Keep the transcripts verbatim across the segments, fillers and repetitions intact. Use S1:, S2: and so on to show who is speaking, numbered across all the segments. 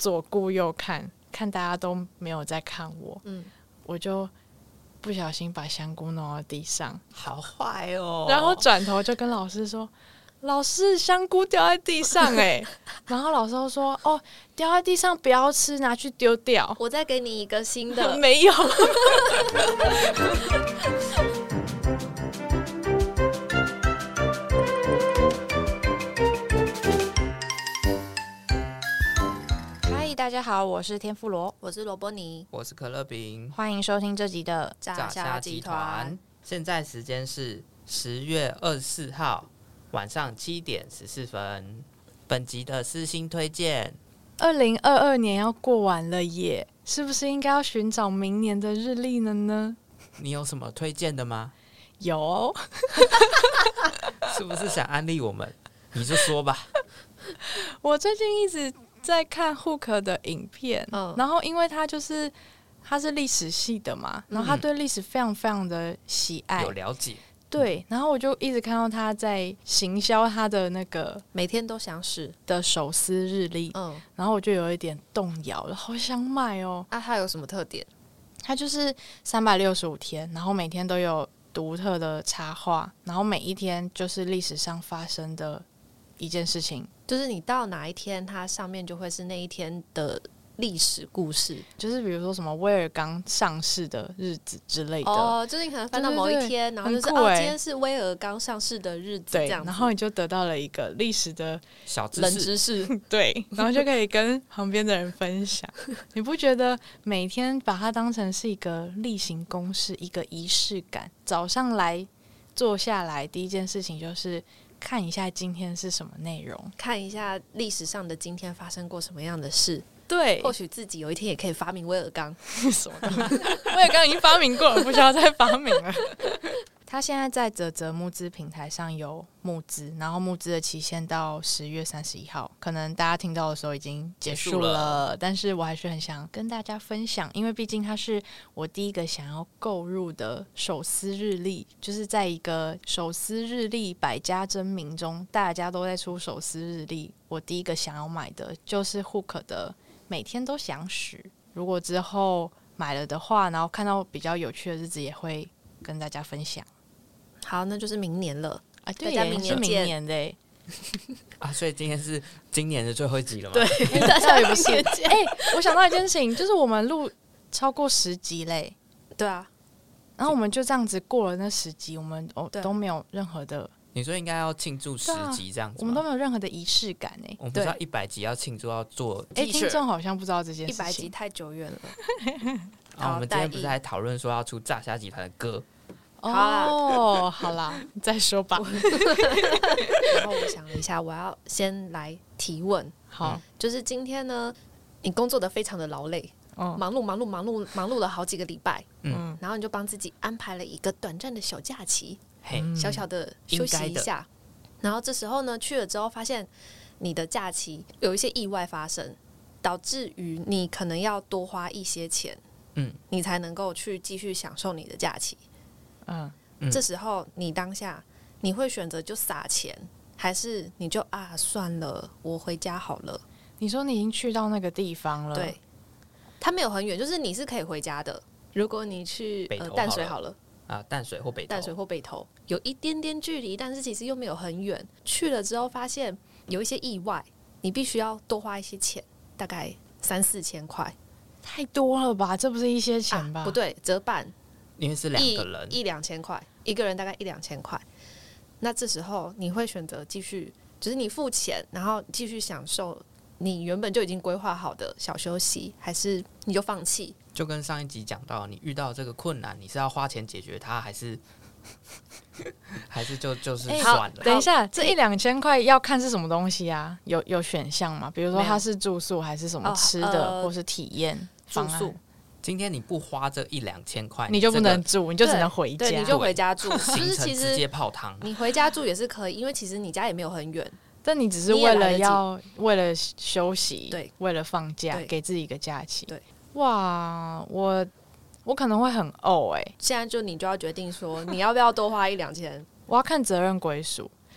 S1: 左顾右看，看大家都没有在看我，嗯，我就不小心把香菇弄到地上，
S2: 好坏哦。
S1: 然后转头就跟老师说：“老师，香菇掉在地上哎、欸！”然后老师就说：“哦，掉在地上不要吃，拿去丢掉。”
S3: 我再给你一个新的。
S1: 没有。嗨，大家好，我是天妇罗，
S3: 我是萝卜泥，
S2: 我是可乐饼，
S1: 欢迎收听这集的
S3: 炸虾集团。
S2: 现在时间是十月二十四号晚上七点十四分。本集的私心推荐，
S1: 二零二二年要过完了耶，是不是应该要寻找明年的日历了呢？
S2: 你有什么推荐的吗？
S1: 有、哦，
S2: 是不是想安利我们？你就说吧。
S1: 我最近一直在看 Hook 的影片，嗯、然后因为他就是他是历史系的嘛，然后他对历史非常非常的喜爱，
S2: 有了解。
S1: 对，然后我就一直看到他在行销他的那个
S3: 每天都想使
S1: 的手撕日历，嗯，然后我就有一点动摇了，好想买哦。
S3: 啊，它有什么特点？
S1: 它就是三百六十五天，然后每天都有独特的插画，然后每一天就是历史上发生的一件事情，
S3: 就是你到哪一天，它上面就会是那一天的历史故事，
S1: 就是比如说什么威尔刚上市的日子之类的。
S3: 哦，就是你可能翻到某一天，对对对，然后就是哦，今天是威尔刚上市的日子，这样子，
S1: 然后你就得到了一个历史的
S2: 小知识，
S3: 冷知识，
S1: 对，然后就可以跟旁边的人分享。你不觉得每天把它当成是一个例行公事，一个仪式感？早上来坐下来，第一件事情就是看一下今天是什么内容，
S3: 看一下历史上的今天发生过什么样的事。
S1: 对，
S3: 或许自己有一天也可以发明威尔刚。
S1: 什么？威尔刚已经发明过了，不需要再发明了。他现在在嘖嘖募资平台上有募资，然后募资的期限到十月三十一号，可能大家听到的时候已经结束了，了但是我还是很想跟大家分享，因为毕竟它是我第一个想要购入的手撕日历，就是在一个手撕日历百家争鸣中，大家都在出手撕日历，我第一个想要买的就是 Hook 的每天都想使。如果之后买了的话，然后看到比较有趣的日子，也会跟大家分享。
S3: 好，那就是明年了
S1: 啊！对，
S3: 大家明年见。
S1: 是明年的
S2: 啊，所以今天是今年的最后一集了吗？
S3: 对，大家也不是。
S1: 哎、欸，我想到一件事情，就是我们录超过十集嘞。
S3: 对啊，
S1: 然后我们就这样子过了那十集，我们都没有任何的。
S2: 你说应该要庆祝十集这样子、啊，
S1: 我们都没有任何的仪式感哎。
S2: 我们不知道一百集要庆祝要做，
S1: 哎、欸，听众好像不知道这件事情。
S3: 一百集太久远了。
S2: 啊，我们今天不是还讨论说要出炸虾集团的歌？
S1: 哦，好啦，你再说吧。
S3: 然后我想了一下，我要先来提问。
S1: 好，
S3: 就是今天呢，你工作的非常的劳累，哦、忙碌忙碌忙碌忙碌了好几个礼拜，嗯，然后你就帮自己安排了一个短暂的小假期，嗯、小小的休息一下。然后这时候呢，去了之后发现你的假期有一些意外发生，导致于你可能要多花一些钱，嗯，你才能够去继续享受你的假期。嗯，这时候你当下你会选择就撒钱，还是你就啊算了，我回家好了？
S1: 你说你已经去到那个地方了，
S3: 对，它没有很远，就是你是可以回家的。如果你去呃淡水好了
S2: 啊，淡水或北投，
S3: 淡水或北投有一点点距离，但是其实又没有很远。去了之后发现有一些意外，你必须要多花一些钱，大概三四千块，
S1: 太多了吧？这不是一些钱吧？
S3: 啊、不对，折半。
S2: 因为是两个人，
S3: 一两千块，一个人大概一两千块。那这时候你会选择继续，就是你付钱，然后继续享受你原本就已经规划好的小休息，还是你就放弃？
S2: 就跟上一集讲到，你遇到这个困难，你是要花钱解决它，还是还是就就是算了？
S1: 欸、等一下，这一两千块要看是什么东西啊？有有选项吗？比如说它是住宿，还是什么吃的，哦呃、或是体验
S3: 住宿？
S2: 今天你不花这一两千块，
S1: 你就不能住，你就只能回家。
S3: 对，你就回家住，就是其实
S2: 直接泡汤。
S3: 你回家住也是可以，因为其实你家也没有很远，
S1: 但你只是为了要为了休息，
S3: 对，
S1: 为了放假，给自己一个假期。
S3: 对，
S1: 哇，我我可能会很呕哎、欸。
S3: 现在就你就要决定说，你要不要多花一两千？
S1: 我要看责任归属。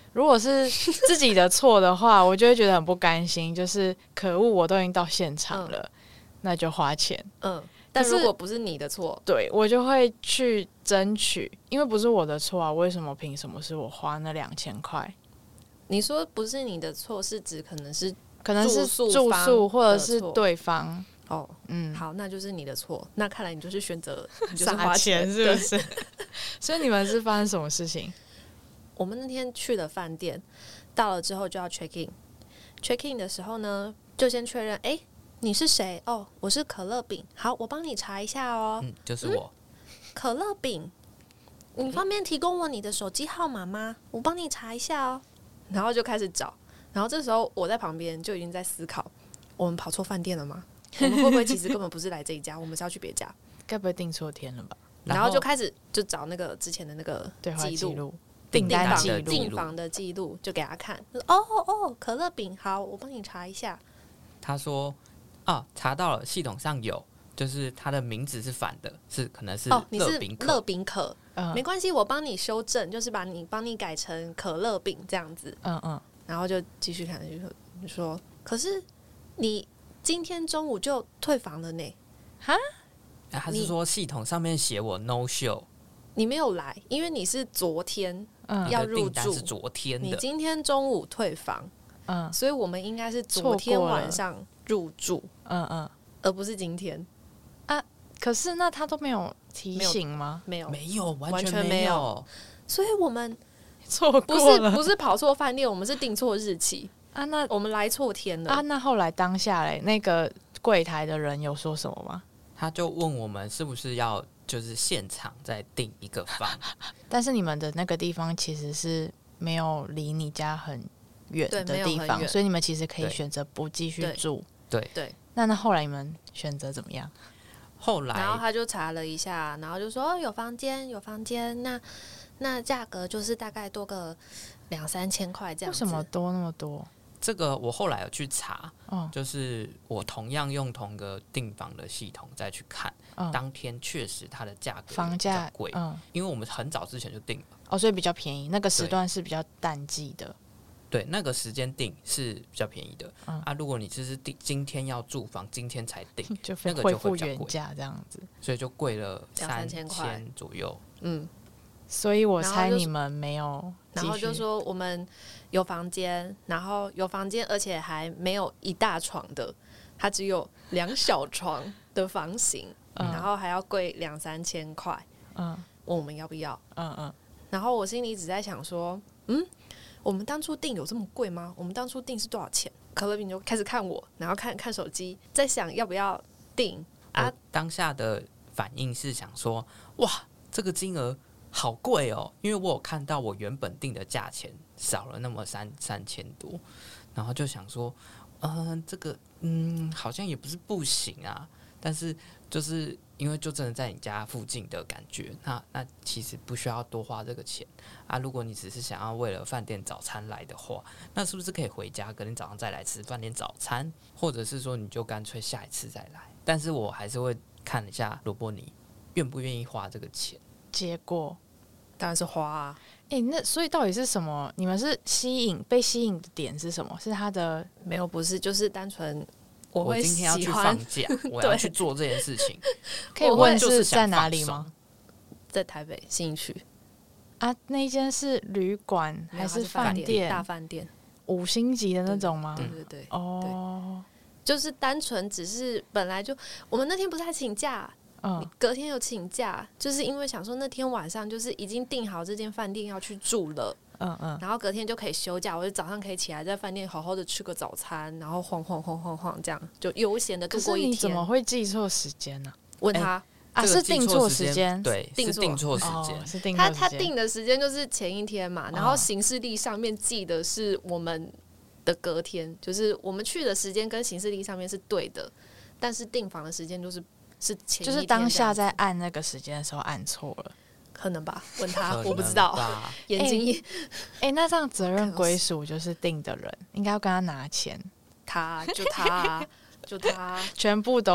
S1: 如果是自己的错的话，我就会觉得很不甘心，就是可恶，我都已经到现场了，嗯、那就花钱。
S3: 嗯，但如果不是你的错，
S1: 对我就会去争取，因为不是我的错啊，为什么凭什么是我花那两千块？
S3: 你说不是你的错，是指可能是
S1: 可能是住宿或者是对方。
S3: 哦，嗯，好，那就是你的错。那看来你就是选择
S1: 撒钱，是不是？所以你们是发生什么事情？
S3: 我们那天去了饭店，到了之后就要 check in。check in 的时候呢，就先确认，哎、欸，你是谁？哦，我是可乐饼。好，我帮你查一下哦。
S2: 嗯，就是我。
S3: 嗯、可乐饼，你方便提供我你的手机号码吗？我帮你查一下哦。然后就开始找，然后这时候我在旁边就已经在思考，我们跑错饭店了吗？我们会不会其实根本不是来这一家，我们是要去别家？
S1: 该不会订错天了吧？
S3: 然后就开始就找那个之前的那个
S1: 对话记录、
S3: 订
S1: 单记录、
S3: 订房的记录，就给他看。哦哦哦，可乐饼，好，我帮你查一下。
S2: 他说啊，查到了，系统上有，就是他的名字是反的，是可能是
S3: 哦，你是
S2: 饼可
S3: 乐饼可，嗯、没关系，我帮你修正，就是把你帮你改成可乐饼这样子。嗯嗯，然后就继续看，就说，可是你今天中午就退房了呢？哈？
S2: 他是说系统上面写我 no show，
S3: 你没有来，因为你是昨天要入住，
S2: 是昨天的，
S3: 你今天中午退房，嗯，所以我们应该是昨天晚上入住，嗯嗯，而不是今天
S1: 啊。可是那他都没有提醒吗？
S3: 没有，
S2: 没有，
S3: 完
S2: 全没有。
S3: 所以我们
S1: 错过了，
S3: 不是不是跑错饭店，我们是订错日期啊。那我们来错天了
S1: 啊。那后来当下嘞，那个柜台的人有说什么吗？
S2: 他就问我们是不是要就是现场再订一个房，
S1: 但是你们的那个地方其实是没有离你家很远的地方，所以你们其实可以选择不继续住。
S2: 对
S3: 对。
S1: 那那后来你们选择怎么样？
S2: 后来，
S3: 然后他就查了一下，然后就说、哦、有房间，有房间，那那价格就是大概多个两三千块这样子。
S1: 为什么多那么多？
S2: 这个我后来有去查，哦、就是我同样用同个订房的系统再去看，哦、当天确实它的价格
S1: 房价
S2: 贵，嗯，因为我们很早之前就订了，
S1: 哦，所以比较便宜。那个时段是比较淡季的，
S2: 对，那个时间订是比较便宜的。嗯、啊，如果你只是订今天要住房，今天才订，
S1: 就恢复原价这样子，
S2: 所以就贵了三千左右。
S3: 嗯。
S1: 所以我猜你们没有，
S3: 然后就说我们有房间，然后有房间，而且还没有一大床的，它只有两小床的房型，嗯、然后还要贵两三千块，嗯，问我们要不要，嗯嗯，然后我心里只在想说，嗯，我们当初订有这么贵吗？我们当初订是多少钱？可乐饼就开始看我，然后看看手机，在想要不要订啊。
S2: 当下的反应是想说，哇，这个金额好贵哦，因为我有看到我原本定的价钱少了那么三三千多，然后就想说，嗯、呃，这个嗯好像也不是不行啊，但是就是因为就真的在你家附近的感觉，那那其实不需要多花这个钱啊。如果你只是想要为了饭店早餐来的话，那是不是可以回家隔天早上再来吃饭店早餐，或者是说你就干脆下一次再来？但是我还是会看一下罗伯尼愿不愿意花这个钱。
S1: 结果
S3: 当然是花啊！
S1: 哎、欸，那所以到底是什么？你们是吸引被吸引的点是什么？是他的
S3: 没有，不是，就是单纯我会
S2: 我今天要去放假，我要去做这件事情。
S1: 可以问是在哪里吗？
S3: 在台北信义区
S1: 啊，那一间是旅馆还是饭店？
S3: 大饭店，
S1: 五星级的那种吗？
S3: 对对对，
S1: 哦，
S3: 就是单纯只是本来就我们那天不是还请假。嗯，隔天有请假，就是因为想说那天晚上就是已经订好这间饭店要去住了，嗯嗯，然后隔天就可以休假，我就早上可以起来在饭店好好的吃个早餐，然后晃晃晃晃晃这样就悠闲的度过一天。
S1: 可是你怎么会记错时间呢、
S3: 啊？问他、
S1: 欸、啊，是订错时间，
S2: 对，
S3: 订
S2: 错订错时间、哦，
S1: 是订
S3: 他他订的时间就是前一天嘛，然后行事历上面记的是我们的隔天，就是我们去的时间跟行事历上面是对的，但是订房的时间就是是前一天，
S1: 就是当下在按那个时间的时候按错了，
S3: 可能吧？问他，我不知道。眼睛一，
S1: 哎、欸，那这样责任归属就是订的人应该要跟他拿钱，
S3: 他就他就他
S1: 全部都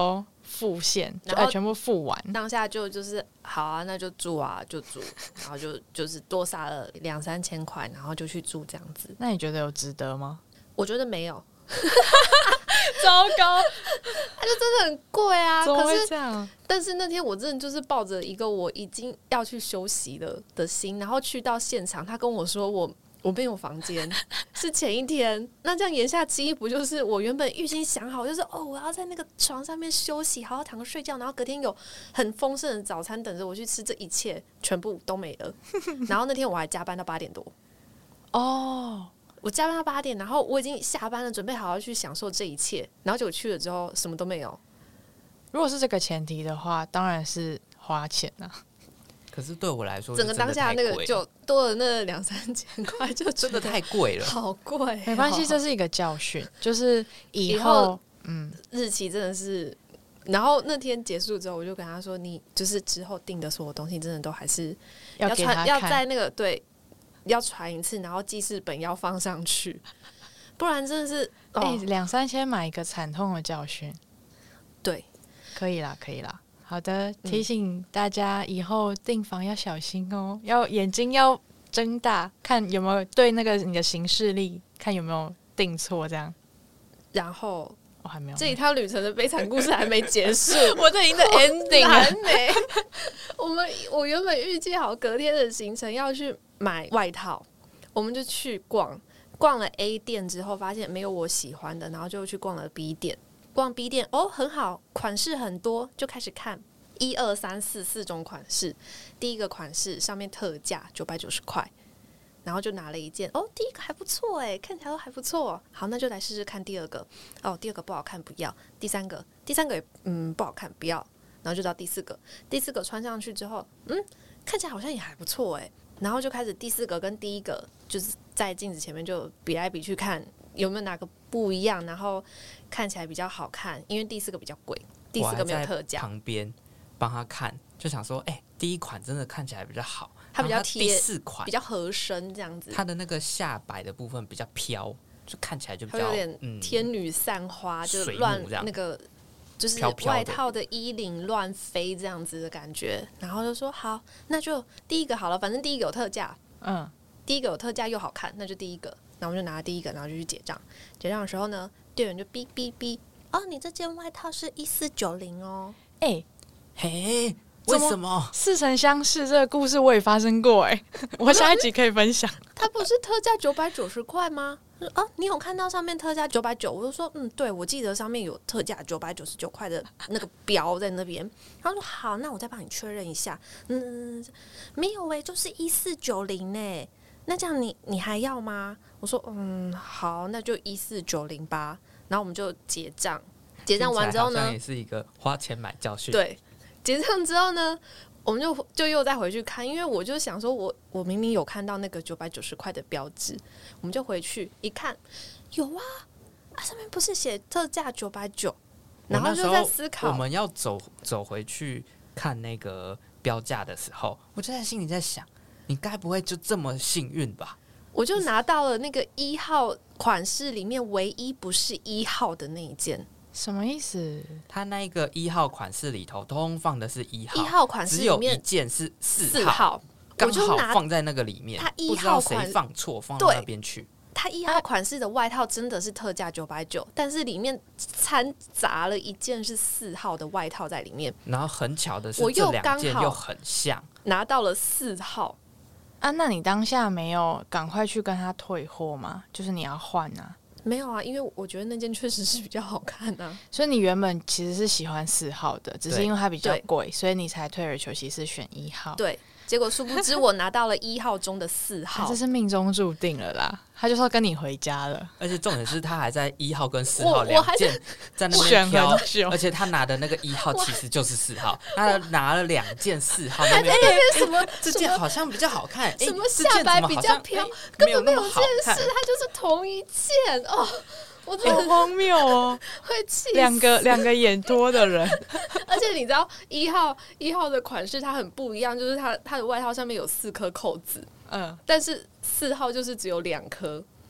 S1: 付现，然后全部付完，
S3: 当下就就是好啊，那就住啊，就住，然后就就是多撒了两三千块，然后就去住这样子。
S1: 那你觉得有值得吗？
S3: 我觉得没有。
S1: 糟糕，
S3: 它就真的很贵啊！
S1: 怎么会这样？
S3: 但是那天我真的就是抱着一个我已经要去休息了的心，然后去到现场，他跟我说我我没有房间，是前一天。那这样言下之意不就是我原本预先想好，就是哦，我要在那个床上面休息，好好躺着睡觉，然后隔天有很丰盛的早餐等着我去吃，这一切全部都没了。然后那天我还加班到八点多。
S1: 哦。
S3: 我加班到八点，然后我已经下班了，准备好好去享受这一切，然后结果去了之后什么都没有。
S1: 如果是这个前提的话，当然是花钱啊。
S2: 可是对我来说，
S3: 整个当下那个就多了那两三千块，就
S2: 真的太贵了，
S3: 好贵、哦。
S1: 没关系，这是一个教训，就是以后, 以后
S3: 嗯，日期真的是。然后那天结束之后，我就跟他说：“你就是之后订的所有东西，真的都还是要
S1: 要给他看，
S3: 要在那个对。”要传一次，然后记事本要放上去，不然真的是
S1: 哎，两、哦欸、三千买一个惨痛的教训。
S3: 对，
S1: 可以啦，可以啦。好的，提醒大家以后订房要小心哦，要眼睛要睁大，看有没有对那个你的行事历，看有没有订错这样。
S3: 然后
S1: 我、哦、还没有，
S3: 这一趟旅程的悲惨故事还没结束，
S1: 我这已经在 ending
S3: 还没。我们我原本预计好隔天的行程要去买外套，我们就去逛，逛了 A 店之后发现没有我喜欢的，然后就去逛了 B 店。逛 B 店哦，很好，款式很多，就开始看一二三四四种款式。第一个款式上面特价九百九十块，然后就拿了一件，哦，第一个还不错哎，看起来都还不错。好，那就来试试看第二个。哦，第二个不好看，不要。第三个，第三个也嗯不好看，不要。然后就到第四个，第四个穿上去之后，嗯，看起来好像也还不错哎。然后就开始第四个跟第一个就是在镜子前面就比来比去看有没有哪个不一样，然后看起来比较好看，因为第四个比较贵，第四个没有特价。
S2: 旁边帮他看，就想说，哎、欸，第一款真的看起来比较好，
S3: 它比较贴，
S2: 第四款
S3: 比较合身这样子，
S2: 它的那个下摆的部分比较飘，就看起来就比较
S3: 有点天女散花，嗯、就乱那个。就是外套的衣领乱飞这样子的感觉，然后就说好，那就第一个好了，反正第一个有特价，嗯，第一个有特价又好看，那就第一个。然后我们就拿了第一个，然后就去结账。结账的时候呢，店员就哔哔哔，哦，你这件外套是一四九零哦，
S1: 哎、欸，
S2: 嘿，为什么
S1: 似曾相识？这个故事我也发生过哎、欸，我下一集可以分享。
S3: 它不是特价九百九十块吗？哦，你有看到上面特价九百九？我就说，嗯，对，我记得上面有特价九百九十九块的那个标在那边。他说好，那我再帮你确认一下。嗯，没有哎、欸，就是一四九零呢。那这样你你还要吗？我说嗯，好，那就一四九零吧。然后我们就结账，结账完之后呢，
S2: 好像也是一个花钱买教训。
S3: 对，结账之后呢，我们就就又再回去看，因为我就想说我，我我明明有看到那个九百九十块的标志，我们就回去一看，有啊，啊上面不是写特价九百九，然后就在思考，
S2: 我们要走走回去看那个标价的时候，我就在心里在想，你该不会就这么幸运吧？
S3: 我就拿到了那个一号款式里面唯一不是一号的那一件。
S1: 什么意思？
S2: 他那一个一号款式里头，通放的是一号，
S3: 一号款式
S2: 只有一件是四
S3: 号，
S2: 刚好放在那个里面。
S3: 他一号款
S2: 不知道谁放错，放到那边去。
S3: 他一号款式的外套真的是特价九百九，但是里面掺杂了一件是四号的外套在里面。
S2: 然后很巧的是，我又这两件又很像，
S3: 拿到了四号
S1: 啊！那你当下没有赶快去跟他退货吗？就是你要换啊。
S3: 没有啊，因为我觉得那件确实是比较好看啊，
S1: 所以你原本其实是喜欢四号的，只是因为它比较贵，所以你才退而求其次选一号。
S3: 对，结果殊不知我拿到了一号中的四号，
S1: 啊、这是命中注定了啦，他就是要跟你回家了。
S2: 而且重点是他还在一号跟四号两件在那边挑，而且他拿的那个一号其实就是四号，他拿了两件四号，
S3: 还在那边什么
S2: 这件好像比较好看，
S3: 什么下摆比较飘，根本没有这件事，它就是同一件哦。我真的
S1: 好荒谬哦，
S3: 会气死
S1: 两个两个眼多的人。
S3: 而且你知道一号一号的款式它很不一样，就是它它的外套上面有四颗扣子，嗯，但是四号就是只有两颗。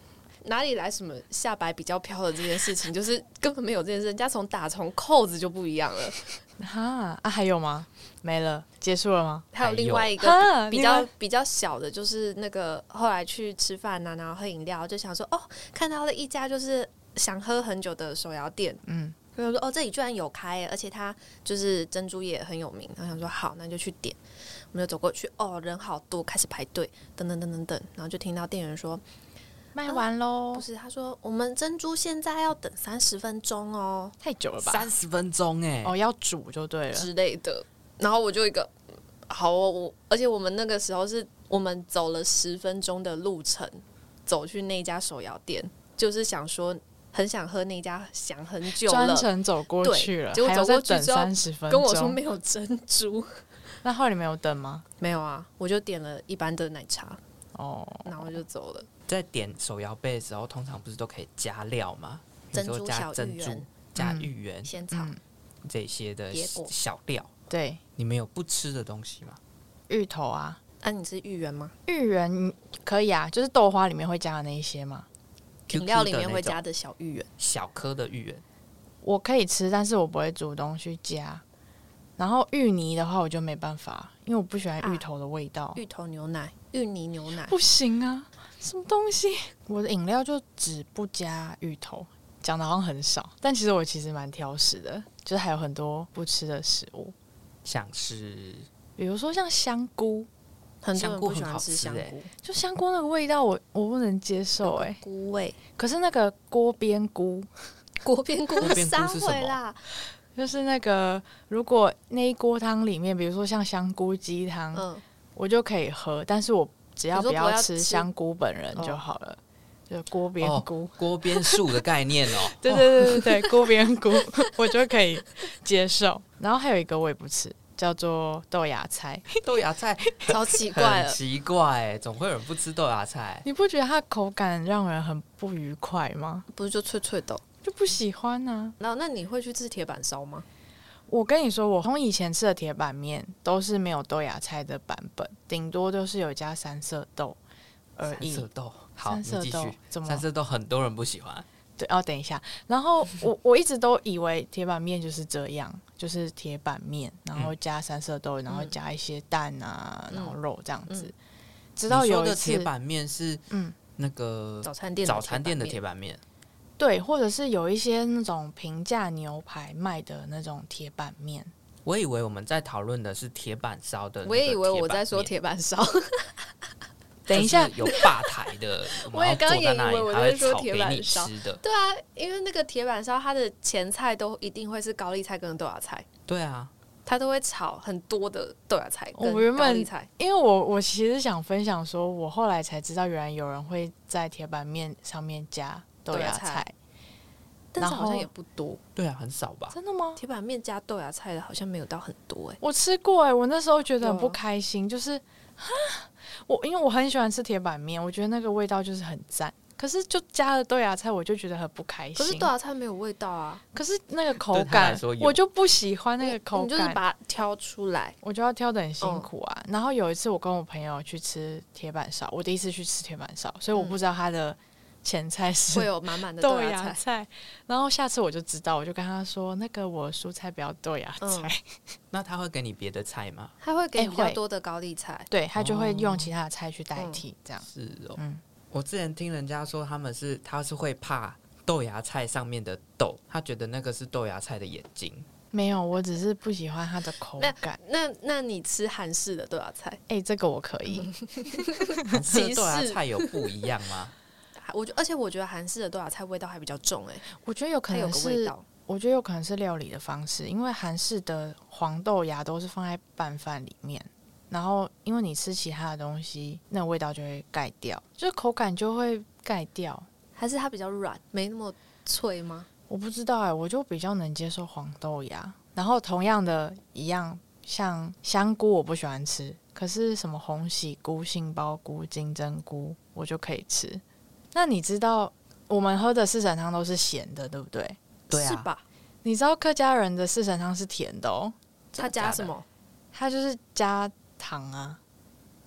S3: 哪里来什么下摆比较飘的这件事情？就是根本没有这件事，人家从打从扣子就不一样了。
S1: 哈啊，还有吗？没了，结束了吗？
S3: 还有另外一个比较比较小的，就是那个后来去吃饭啊，然后喝饮料，就想说哦，看到了一家就是想喝很久的手摇店，嗯，就说哦这里居然有开耶，而且它就是珍珠也很有名，然后想说好，那就去点。我们就走过去，哦，人好多，开始排队，等等等等等，然后就听到店员说
S1: 卖完喽、
S3: 啊，不是，他说我们珍珠现在要等三十分钟哦，
S1: 太久了吧？
S2: 三十分钟哎，
S1: 哦，要煮就对了
S3: 之类的。然后我就一个好、哦，我而且我们那个时候是我们走了十分钟的路程，走去那家手摇店，就是想说很想喝那家，想很久了，
S1: 专程走过去了，
S3: 结果走过去之后
S1: 三十分钟，
S3: 跟我说没有珍珠。
S1: 那后来你没有等吗？
S3: 没有啊，我就点了一般的奶茶，
S1: 哦，
S3: 然后就走了。
S2: 在点手摇杯的时候，通常不是都可以加料吗？
S3: 珍珠
S2: 加珍珠、加芋圆、
S3: 嗯、仙草、嗯、
S2: 这些的小料。
S1: 对，
S2: 你们有不吃的东西吗？
S1: 芋头啊，
S3: 啊，你吃芋圆吗？
S1: 芋圆可以啊，就是豆花里面会加的那一些嘛，
S3: 饮料里面会加的小芋圆，
S2: 小颗的芋圆，
S1: 我可以吃，但是我不会主动去加。然后芋泥的话，我就没办法，因为我不喜欢芋头的味道。啊、
S3: 芋头牛奶、芋泥牛奶
S1: 不行啊，什么东西？我的饮料就只不加芋头，讲的好像很少，但其实我其实蛮挑食的，就是还有很多不吃的食物，
S2: 像是
S1: 比如说像香菇，
S3: 很多人不喜欢吃香菇，
S1: 欸、就香菇那个味道我我不能接受哎、欸，
S3: 菇味。
S1: 可是那个锅边菇，
S3: 锅边菇三回啦。
S1: 就是那个，如果那一锅汤里面，比如说像香菇鸡汤，嗯，我就可以喝，但是我只要不要吃香菇本人就好了，就锅边菇、
S2: 哦、锅边素的概念哦。
S1: 对对对对对，锅边菇我就可以接受。然后还有一个我也不吃，叫做豆芽菜。
S2: 豆芽菜
S3: 超奇怪了，
S2: 很奇怪，总会有人不吃豆芽菜。
S1: 你不觉得它口感让人很不愉快吗？
S3: 不是就脆脆的？
S1: 就不喜欢啊。
S3: 那那你会去吃铁板烧吗？
S1: 我跟你说，我从以前吃的铁板面都是没有豆芽菜的版本，顶多就是有加三色豆而已。
S2: 三色豆，好，
S1: 三色豆
S2: 你继续。
S1: 怎么？
S2: 三色豆很多人不喜欢。
S1: 对，哦，等一下。然后我我一直都以为铁板面就是这样，就是铁板面，然后加三色豆，嗯、然后加一些蛋啊，嗯、然后肉这样子。嗯、直到有一次，
S2: 你说的铁板面是嗯那个
S3: 早餐店
S2: 早餐店的铁板面。
S1: 对，或者是有一些那种平价牛排卖的那种铁板面。
S2: 我以为我们在讨论的是铁板烧的，
S3: 我也以为我在说铁板烧。
S1: 等一下，
S2: 有吧台的，
S3: 我也刚也以为我在说铁板烧
S2: 的。
S3: 对啊，因为那个铁板烧，它的前菜都一定会是高丽菜跟豆芽菜。
S2: 对啊，
S3: 它都会炒很多的豆芽菜跟高丽菜。
S1: 因为我我其实想分享说，我后来才知道，原来有人会在铁板面上面加豆芽菜，
S3: 但是好像也不多。
S2: 对啊，很少吧？
S1: 真的吗？
S3: 铁板面加豆芽菜的好像没有到很多哎、欸。
S1: 我吃过哎、欸，我那时候觉得很不开心，就是我因为我很喜欢吃铁板面，我觉得那个味道就是很赞。可是就加了豆芽菜，我就觉得很不开心。
S3: 可是豆芽菜没有味道啊。
S1: 可是那个口感，我就不喜欢那个口感。
S3: 你就是把它挑出来，
S1: 我就要挑得很辛苦啊。嗯、然后有一次我跟我朋友去吃铁板烧，我第一次去吃铁板烧，所以我不知道它的前菜是
S3: 会有满满的豆芽 菜,
S1: 菜。然后下次我就知道，我就跟他说，那个我蔬菜不要豆芽菜。嗯、
S2: 那他会给你别的菜吗？
S3: 他会给你比较多的高丽菜，
S1: 欸、对他就会用其他的菜去代替，哦、这样
S2: 是哦。嗯。我之前听人家说，他们是他是会怕豆芽菜上面的豆，他觉得那个是豆芽菜的眼睛。
S1: 没有，我只是不喜欢它的口感。
S3: 那 那, 那你吃韩式的豆芽菜？
S1: 哎、欸，这个我可以。
S2: 韩式的豆芽菜有不一样吗？
S3: 我而且我觉得韩式的豆芽菜味道还比较重哎、欸。
S1: 我觉得有可能是，有个味道我觉得有可能是料理的方式，因为韩式的黄豆芽都是放在拌饭里面。然后，因为你吃其他的东西，那个味道就会盖掉，就是口感就会盖掉。
S3: 还是它比较软，没那么脆吗？
S1: 我不知道哎、欸，我就比较能接受黄豆芽。然后同样的一样，像香菇我不喜欢吃，可是什么红喜菇、杏鲍菇、金针菇我就可以吃。那你知道我们喝的四神汤都是咸的，对不对？
S2: 对啊，
S3: 是吧？
S1: 你知道客家人的四神汤是甜的哦。
S3: 他加什么？
S1: 他就是加糖啊。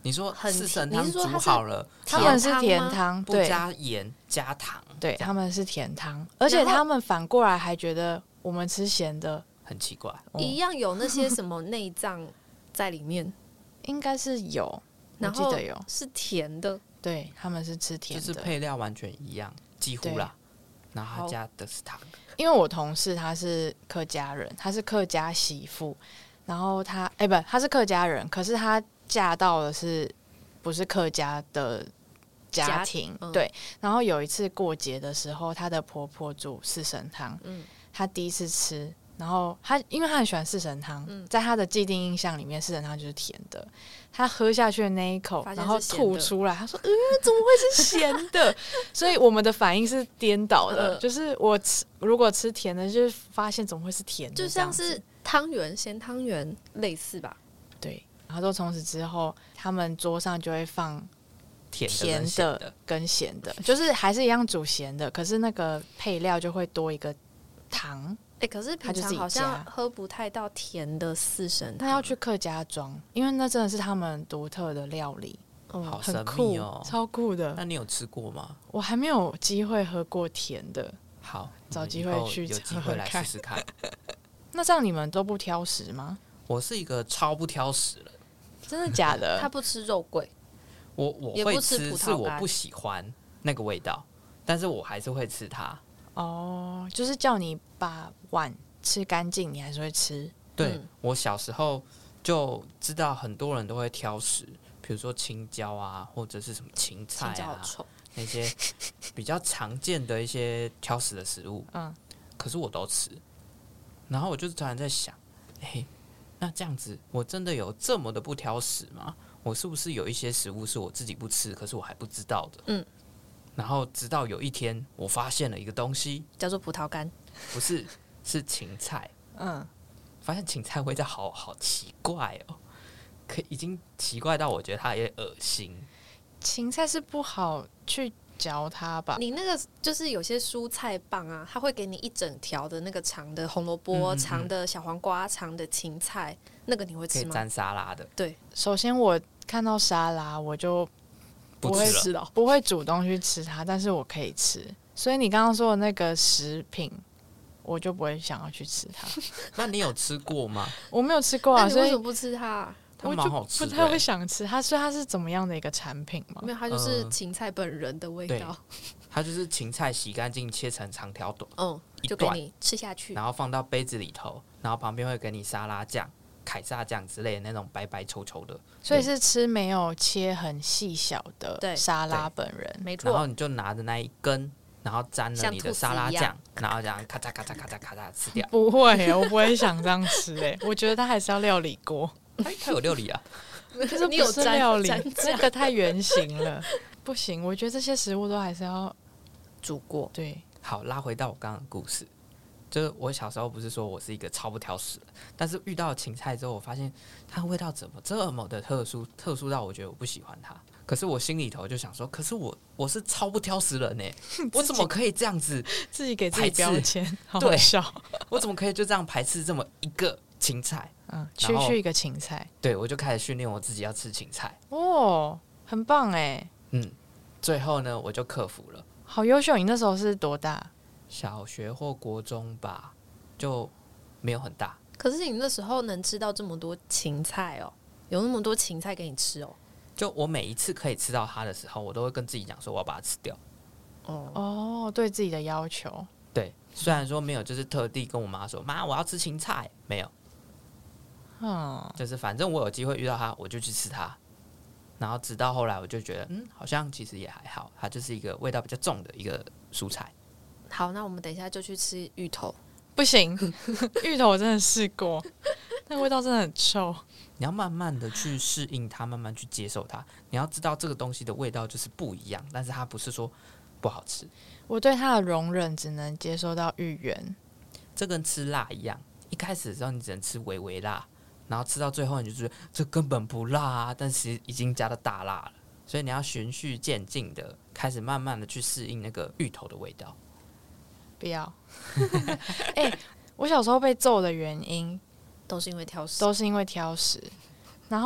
S2: 你说四神汤煮
S3: 你是说它是
S2: 好了，
S1: 他们是甜汤，
S2: 不
S1: 对，
S2: 加盐加糖，
S1: 对，他们是甜汤，而且他们反过来还觉得我们吃咸的
S2: 很奇怪。
S1: 哦
S3: 一样有那些什么内脏在里面，
S1: 应该是有，我
S3: 然后
S1: 记得有，
S3: 是甜的，
S1: 对，他们是吃甜
S2: 就是
S1: 的，
S2: 配料完全一样，几乎啦。然后他加的是糖，
S1: 因为我同事他是客家人，他是客家媳妇，然后他哎、欸、不，他是客家人，可是他嫁到的是不是客家的家庭？
S3: 家嗯、
S1: 对。然后有一次过节的时候，她的婆婆煮四神汤，嗯，她第一次吃，然后她因为她很喜欢四神汤，嗯、在她的既定印象里面，四神汤就是甜的。她喝下去的那一口，然后吐出来，她说：“嗯，怎么会是咸的？”所以我们的反应是颠倒的，呃、就是我吃如果吃甜的，就是发现怎么会是甜的，
S3: 就像是汤圆、咸汤圆类似吧？
S1: 对。然后就从此之后，他们桌上就会放
S2: 甜
S1: 的跟咸的，就是还是一样煮咸的，可是那个配料就会多一个糖。
S3: 哎、欸，可是平常好像喝不太到甜的四神汤，
S1: 他要去客家庄，因为那真的是他们独特的料理，
S2: 哦、好神
S1: 秘
S2: 哦，
S1: 超酷的。
S2: 那你有吃过吗？
S1: 我还没有机会喝过甜的，
S2: 好，
S1: 找机会去
S2: 有机会来试试看。
S1: 那这样你们都不挑食吗？
S2: 我是一个超不挑食人。
S1: 真的假的？
S3: 他不吃肉桂，
S2: 我我会吃，是我不喜欢那个味道，但是我还是会吃它。
S1: 哦，就是叫你把碗吃干净，你还是会吃。
S2: 对、嗯、我小时候就知道很多人都会挑食，比如说青椒啊，或者是什么芹菜啊，那些比较常见的一些挑食的食物。嗯，可是我都吃。然后我就突然在想，哎、欸。那这样子，我真的有这么的不挑食吗？我是不是有一些食物是我自己不吃，可是我还不知道的？嗯。然后直到有一天，我发现了一个东西，
S3: 叫做葡萄干，
S2: 不是，是芹菜。嗯。发现芹菜味道好好奇怪哦，可已经奇怪到我觉得它也恶心。
S1: 芹菜是不好去嚼它吧？
S3: 你那个就是有些蔬菜棒啊，它会给你一整条的那个长的红萝卜、嗯嗯嗯长的小黄瓜、长的芹菜，那个你会吃吗？
S2: 可以沾沙拉的。
S3: 对，
S1: 首先我看到沙拉我就不会吃了，不会主动去吃它，但是我可以吃。所以你刚刚说的那个食品，我就不会想要去吃它。
S2: 那你有吃过吗？
S1: 我没有吃过啊，
S3: 那你为什么不吃它？
S2: 它蛮好吃的，
S1: 我就不太会想吃它，所以它是怎么样的一个产品吗？
S3: 没有，它就是芹菜本人的味道。
S2: 呃、它就是芹菜洗干净，切成长条短，
S3: 嗯，就给你吃下去，
S2: 然后放到杯子里头，然后旁边会给你沙拉酱、凯撒酱之类的那种白白稠稠的。
S1: 所以是吃没有切很细小的沙拉本人，
S3: 没错。
S2: 然后你就拿着那一根，然后沾了你的沙拉酱，然后这样咔嚓咔嚓咔嚓咔嚓吃掉。
S1: 不会，我不会想这样吃诶，我觉得它还是要料理过。
S2: 它它有料理啊，
S1: 就是不是料理，这个太圆形了，不行。我觉得这些食物都还是要
S3: 煮过。
S1: 对，
S2: 好，拉回到我刚刚的故事，就是我小时候不是说我是一个超不挑食的，但是遇到芹菜之后，我发现它的味道怎么这么的特殊，特殊到我觉得我不喜欢它。可是我心里头就想说，可是我我是超不挑食人呢、欸，我怎么可以这样子
S1: 自己给自己标签？好
S2: 好
S1: 笑，
S2: 我怎么可以就这样排斥这么一个芹菜？
S1: 嗯，区区一个芹菜，
S2: 对，我就开始训练我自己要吃芹菜。
S1: 哦，很棒哎。
S2: 嗯，最后呢，我就克服了。
S1: 好优秀！你那时候是多大？
S2: 小学或国中吧，就没有很大。
S3: 可是你那时候能吃到这么多芹菜哦，有那么多芹菜给你吃哦。
S2: 就我每一次可以吃到它的时候，我都会跟自己讲说我要把它吃掉。
S1: 哦哦，对自己的要求。
S2: 对，虽然说没有，就是特地跟我妈说，妈，我要吃芹菜，没有。嗯，就是反正我有机会遇到它，我就去吃它。然后直到后来，我就觉得，嗯，好像其实也还好，它就是一个味道比较重的一个蔬菜。
S3: 好，那我们等一下就去吃芋头。
S1: 不行，芋头我真的试过，那个味道真的很臭。
S2: 你要慢慢的去适应它，慢慢去接受它。你要知道这个东西的味道就是不一样，但是它不是说不好吃。
S1: 我对它的容忍只能接受到芋圆，
S2: 这跟吃辣一样，一开始的时候你只能吃微微辣。然后吃到最后，你就觉得这根本不辣啊，但其实已经加到大辣了。所以你要循序渐进的，开始慢慢的去适应那个芋头的味道。
S1: 不要，哎、欸，我小时候被揍的原因
S3: 都是因为挑食，
S1: 都是因为挑食。然后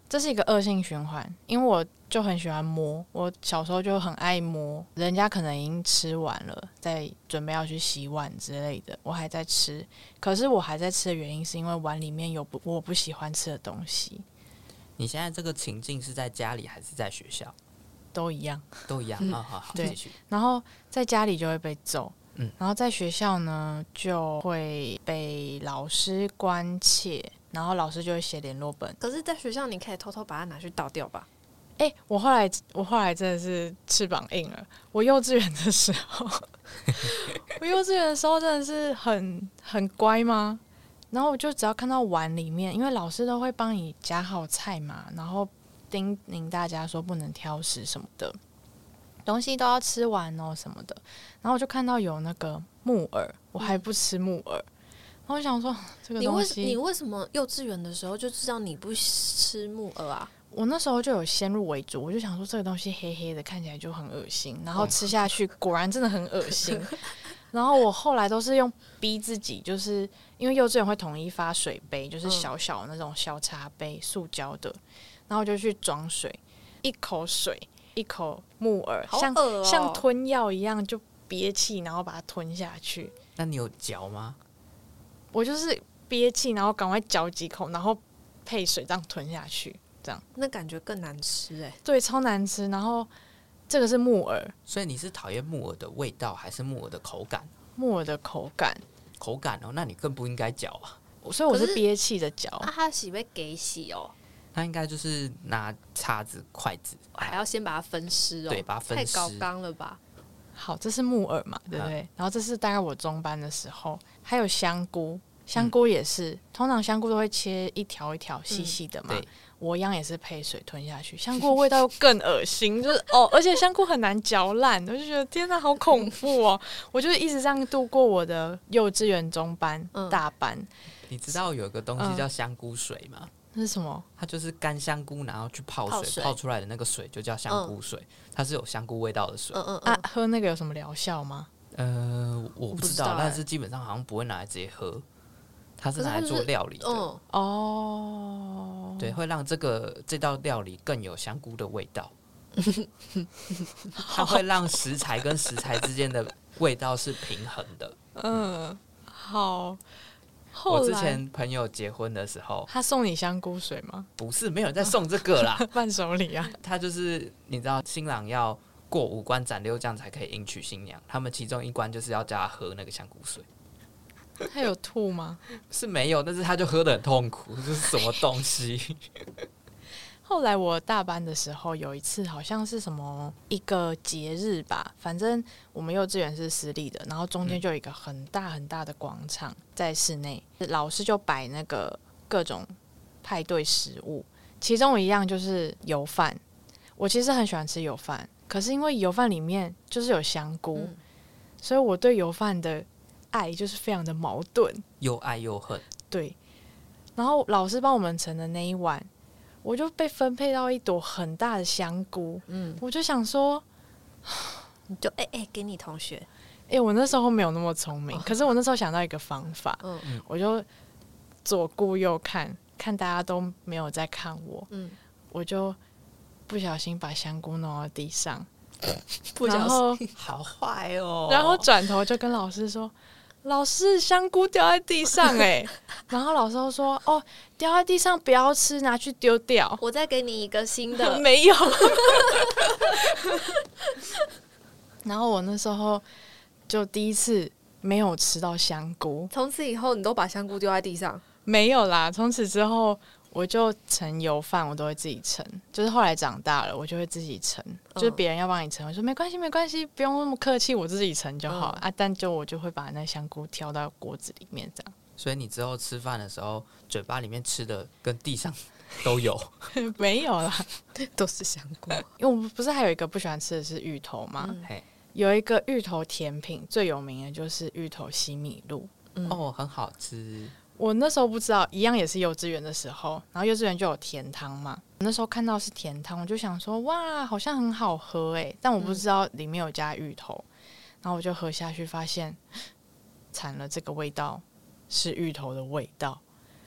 S1: 这是一个恶性循环，因为我就很喜欢摸，我小时候就很爱摸，人家可能已经吃完了，在准备要去洗碗之类的，我还在吃，可是我还在吃的原因是因为碗里面有不我不喜欢吃的东西。
S2: 你现在这个情境是在家里还是在学校？
S1: 都一样，
S2: 都一样。嗯、好好好，继续。
S1: 然后在家里就会被揍，
S2: 嗯，
S1: 然后在学校呢就会被老师关切，然后老师就会写联络本。
S3: 可是，在学校你可以偷偷把它拿去倒掉吧？
S1: 哎、欸，我后来我后来真的是翅膀硬了。我幼稚园的时候，我幼稚园的时候真的是很很乖吗？然后我就只要看到碗里面，因为老师都会帮你夹好菜嘛，然后叮咛大家说不能挑食什么的，东西都要吃完哦什么的。然后我就看到有那个木耳，我还不吃木耳。然后我想说，这个东西，
S3: 你为你为什么幼稚园的时候就知道你不吃木耳啊？
S1: 我那时候就有先入为主，我就想说这个东西黑黑的，看起来就很恶心，然后吃下去果然真的很恶心。然后我后来都是用逼自己，就是因为幼稚园会统一发水杯，就是小小的那种小茶杯，塑胶的，然后我就去装水，一口水一口木耳，
S3: 好恶
S1: 像
S3: 哦，
S1: 像吞药一样就憋气，然后把它吞下去。
S2: 那你有嚼吗？
S1: 我就是憋气，然后赶快嚼几口，然后配水这样吞下去，这样
S3: 那感觉更难吃哎、欸。
S1: 对，超难吃。然后这个是木耳，
S2: 所以你是讨厌木耳的味道，还是木耳的口感？
S1: 木耳的口感，
S2: 口感哦，那你更不应该嚼啊。
S1: 所以我是憋气的嚼。
S3: 啊，他洗被给洗哦。
S2: 他应该就是拿叉子、筷子，
S3: 还要先把它分尸哦，
S2: 对，把它分尸，
S3: 太高纲了吧？
S1: 好，这是木耳嘛，对不对？嗯、然后这是大概我中班的时候，还有香菇，香菇也是，嗯、通常香菇都会切一条一条细细的嘛。嗯、我一样也是配水吞下去，香菇的味道又更恶心，就是哦，而且香菇很难嚼烂，我就觉得天哪，好恐怖哦！我就一直这样度过我的幼稚园、中班、嗯、大班。
S2: 你知道有个东西叫香菇水吗？
S1: 那是什么？
S2: 它就是干香菇，然后去泡水，泡水泡出来的那个水就叫香菇水，嗯、它是有香菇味道的水。
S3: 嗯嗯嗯
S1: 啊，喝那个有什么疗效吗？
S2: 呃，我不知道，
S3: 欸、
S2: 但是基本上好像不会拿来直接喝，它是拿来做料理的。
S3: 嗯、
S1: 哦，
S2: 对，会让这个这道料理更有香菇的味道。它会让食材跟食材之间的味道是平衡的。
S1: 嗯，好。
S2: 我之前朋友结婚的时候，
S1: 他送你香菇水吗？
S2: 不是，没有人在送这个啦，
S1: 伴手礼啊。
S2: 他就是你知道，新郎要过五关斩六将才可以迎娶新娘，他们其中一关就是要叫他喝那个香菇水。
S1: 他有吐吗？
S2: 是没有，但是他就喝得很痛苦，这是什么东西？
S1: 后来我大班的时候，有一次好像是什么一个节日吧，反正我们幼稚园是私立的，然后中间就有一个很大很大的广场在室内，老师就摆那个各种派对食物，其中一样就是油饭。我其实很喜欢吃油饭，可是因为油饭里面就是有香菇，嗯、所以我对油饭的爱就是非常的矛盾，
S2: 又爱又恨。对，
S1: 然后老师帮我们盛的那一碗，我就被分配到一朵很大的香菇，嗯，我就想说，
S3: 你就哎哎、欸欸，给你同学，
S1: 哎、欸，我那时候没有那么聪明，哦、可是我那时候想到一个方法，嗯，我就左顾右看，看大家都没有在看我，嗯，我就不小心把香菇弄到地上，
S3: 不小心，
S1: 然后
S2: 好坏哦，
S1: 然后转头就跟老师说。老师，香菇掉在地上哎、欸，然后老师就说：“哦，掉在地上不要吃，拿去丢掉。”
S3: 我再给你一个新的，
S1: 没有。然后我那时候就第一次没有吃到香菇。
S3: 从此以后，你都把香菇丢在地上？
S1: 没有啦，从此之后我就盛油饭，我都会自己盛。就是后来长大了，我就会自己盛。就是别人要帮你盛，我说没关系，没关系，不用那么客气，我自己盛就好、嗯、啊。但就我就会把那香菇挑到锅子里面，这样。
S2: 所以你之后吃饭的时候，嘴巴里面吃的跟地上都有？
S1: 没有啦，
S3: 都是香菇。
S1: 因为我不是还有一个不喜欢吃的是芋头吗？嗯、有一个芋头甜品最有名的就是芋头西米露、
S2: 嗯、哦，很好吃。
S1: 我那时候不知道，一样也是幼稚园的时候，然后幼稚园就有甜汤嘛。那时候看到是甜汤，我就想说哇，好像很好喝哎，但我不知道里面有加芋头，嗯、然后我就喝下去，发现惨了，这个味道是芋头的味道。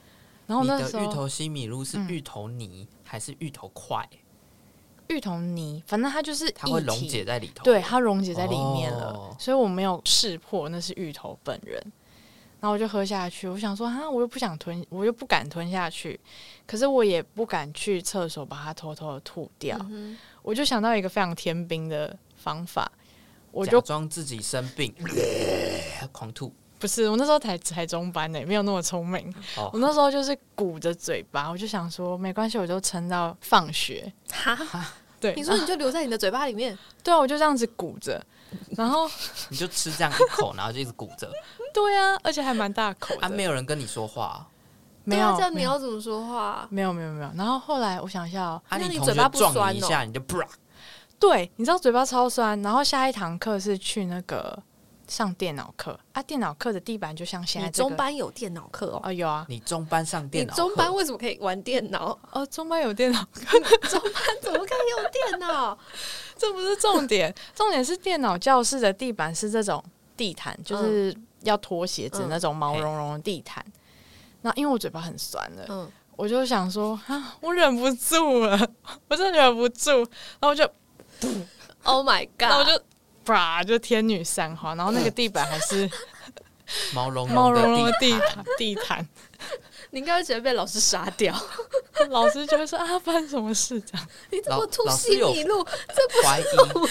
S1: 然后那时候
S2: 你的芋头西米露是芋头泥、嗯、还是芋头块？
S1: 芋头泥，反正它就是
S2: 它会溶解在里头，
S1: 对，它溶解在里面了、
S2: 哦、
S1: 所以我没有识破那是芋头本人。然后我就喝下去，我想说哈，我又不想吞，我又不敢吞下去，可是我也不敢去厕所把它偷偷的吐掉、嗯、我就想到一个非常天兵的方法，我就
S2: 假装自己生病狂吐。
S1: 不是，我那时候才才中班呢，没有那么聪明、哦、我那时候就是鼓着嘴巴，我就想说没关系，我就撑到放学。
S3: 哈，
S1: 对，
S3: 你说你就留在你的嘴巴里面？
S1: 对啊，我就这样子鼓着，然后
S2: 你就吃这样一口，然后就一直鼓着。
S1: 对啊，而且还蛮大口的。
S2: 啊，没有人跟你说话？
S1: 没有，
S3: 这样你要怎么说话？
S1: 没有，没有，没有。然后后来我想一下哦，
S2: 啊，
S3: 你嘴巴不酸
S2: 一下你就噗。
S1: 对，你知道嘴巴超酸。然后下一堂课是去那个上电脑课啊，电脑课的地板就像现在、这个、
S3: 你中班有电脑课哦？
S1: 哦，有啊。
S2: 你中班上电脑课？
S3: 你中班为什么可以玩电脑？
S1: 哦，中班有电脑课，
S3: 中班怎么可以有电脑？
S1: 这不是重点，重点是电脑教室的地板是这种地毯，就是要脱鞋子那种毛茸茸的地毯。那、嗯、因为我嘴巴很酸了，嗯、我就想说啊，我忍不住了，我真的忍不住，然后我就
S3: ，Oh my god！
S1: 然后我就啪就天女散花，然后那个地板还是
S2: 毛茸
S1: 毛茸茸
S2: 的
S1: 地毯，地毯。
S3: 你应该会觉得被老师杀掉，
S1: 老师就会说啊，发生什么事这样？
S3: 你怎么吐西米露？这不是吐。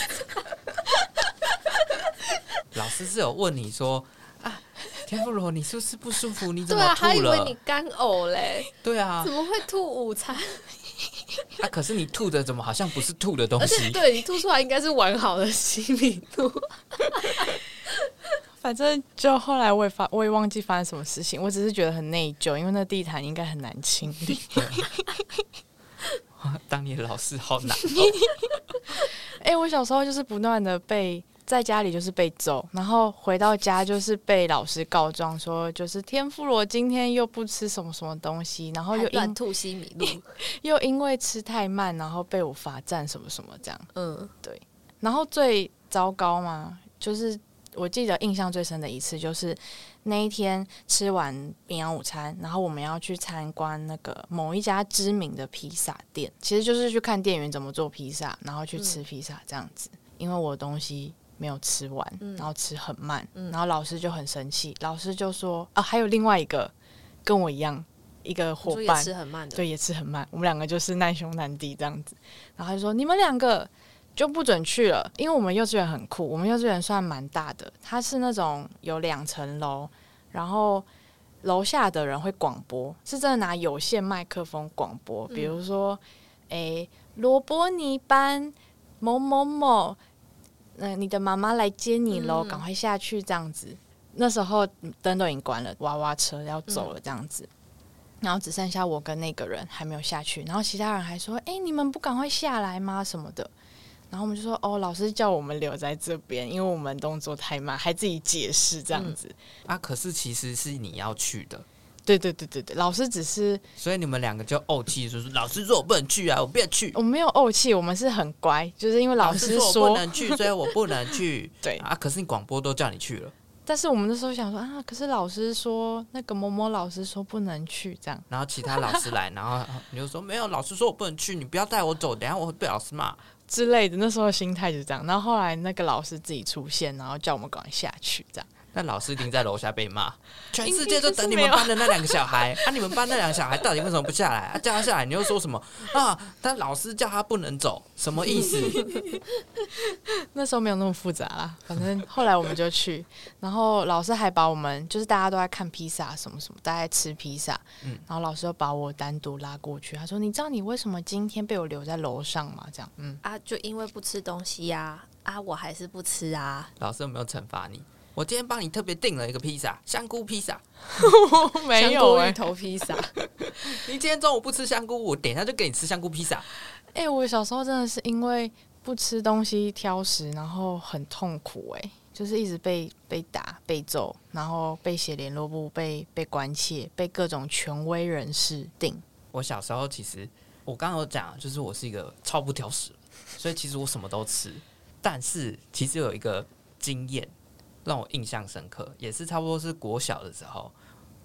S2: 老师是有问你说啊，天妇罗，你是不是不舒服？你怎么吐了？
S3: 对啊，还以为你干呕嘞。
S2: 对啊，
S3: 怎么会吐午餐？
S2: 啊，可是你吐的怎么好像不是吐的东西？
S3: 对，你吐出来应该是完好的西米露。
S1: 反正就后来我也发，我也忘记发生什么事情，我只是觉得很内疚，因为那地毯应该很难清理。
S2: 当你的老师好难哦。
S1: 哎、欸，我小时候就是不断的被在家里就是被揍，然后回到家就是被老师告状说，就是天妇罗今天又不吃什么什么东西，然后又
S3: 乱吐西米露，
S1: 又因为吃太慢，然后被我罚站什么什么这样。嗯，对。然后最糟糕嘛，就是我记得印象最深的一次，就是那一天吃完营养午餐，然后我们要去参观那个某一家知名的披萨店，其实就是去看店员怎么做披萨，然后去吃披萨这样子。嗯、因为我的东西没有吃完，嗯、然后吃很慢，嗯、然后老师就很生气，老师就说啊，还有另外一个跟我一样一个伙伴，
S3: 也吃很慢的，
S1: 对，也吃很慢，我们两个就是难兄难弟这样子。然后他就说你们两个就不准去了，因为我们幼稚园很酷，我们幼稚园算蛮大的，它是那种有两层楼，然后楼下的人会广播，是真的拿有线麦克风广播，比如说，诶、嗯，罗伯尼班某某某，呃，你的妈妈来接你咯，赶、嗯、快下去这样子。那时候灯都已经关了，娃娃车要走了这样子。嗯，然后只剩下我跟那个人还没有下去，然后其他人还说：“哎、欸，你们不赶快下来吗？什么的。”然后我们就说：“哦，老师叫我们留在这边，因为我们动作太慢，还自己解释这样子。
S2: 嗯”啊，可是其实是你要去的。
S1: 对对对对对，老师只是……
S2: 所以你们两个就怄气，说是老师说我不能去啊，我不要去。
S1: 我们没有怄气，我们是很乖，就是因为老师 说,
S2: 老师说我不能去，所以我不能去。
S1: 对
S2: 啊，可是你广播都叫你去了。
S1: 但是我们那时候想说啊，可是老师说那个某某老师说不能去，这样。
S2: 然后其他老师来，然后你就说没有，老师说我不能去，你不要带我走，等一下我会被老师骂
S1: 之类的。那时候的心态就是这样。然后后来那个老师自己出现，然后叫我们赶快下去，这样。
S2: 那老师一定在楼下被骂，全世界都等你们班的那两个小孩啊！你们班那两个小孩到底为什么不下来啊？叫他下来，你又说什么啊？但老师叫他不能走，什么意思？
S1: 那时候没有那么复杂啦，反正后来我们就去，然后老师还把我们就是大家都在看披萨什么什么，大家在吃披萨，嗯，然后老师就把我单独拉过去，他说：“你知道你为什么今天被我留在楼上吗？”这样，嗯
S3: 啊，就因为不吃东西呀、啊，啊，我还是不吃啊。
S2: 老师有没有惩罚你？我今天帮你特别订了一个披萨，香菇披萨。
S1: 没有哎、
S3: 欸，香菇芋头披萨。
S2: 你今天中午不吃香菇，我等一下就给你吃香菇披萨。
S1: 哎、欸，我小时候真的是因为不吃东西挑食，然后很痛苦哎、欸，就是一直被被打、被揍，然后被写联络簿、被被关切、被各种权威人士定。
S2: 我小时候其实我刚刚有讲，就是我是一个超不挑食，所以其实我什么都吃。但是其实有一个经验让我印象深刻，也是差不多是国小的时候，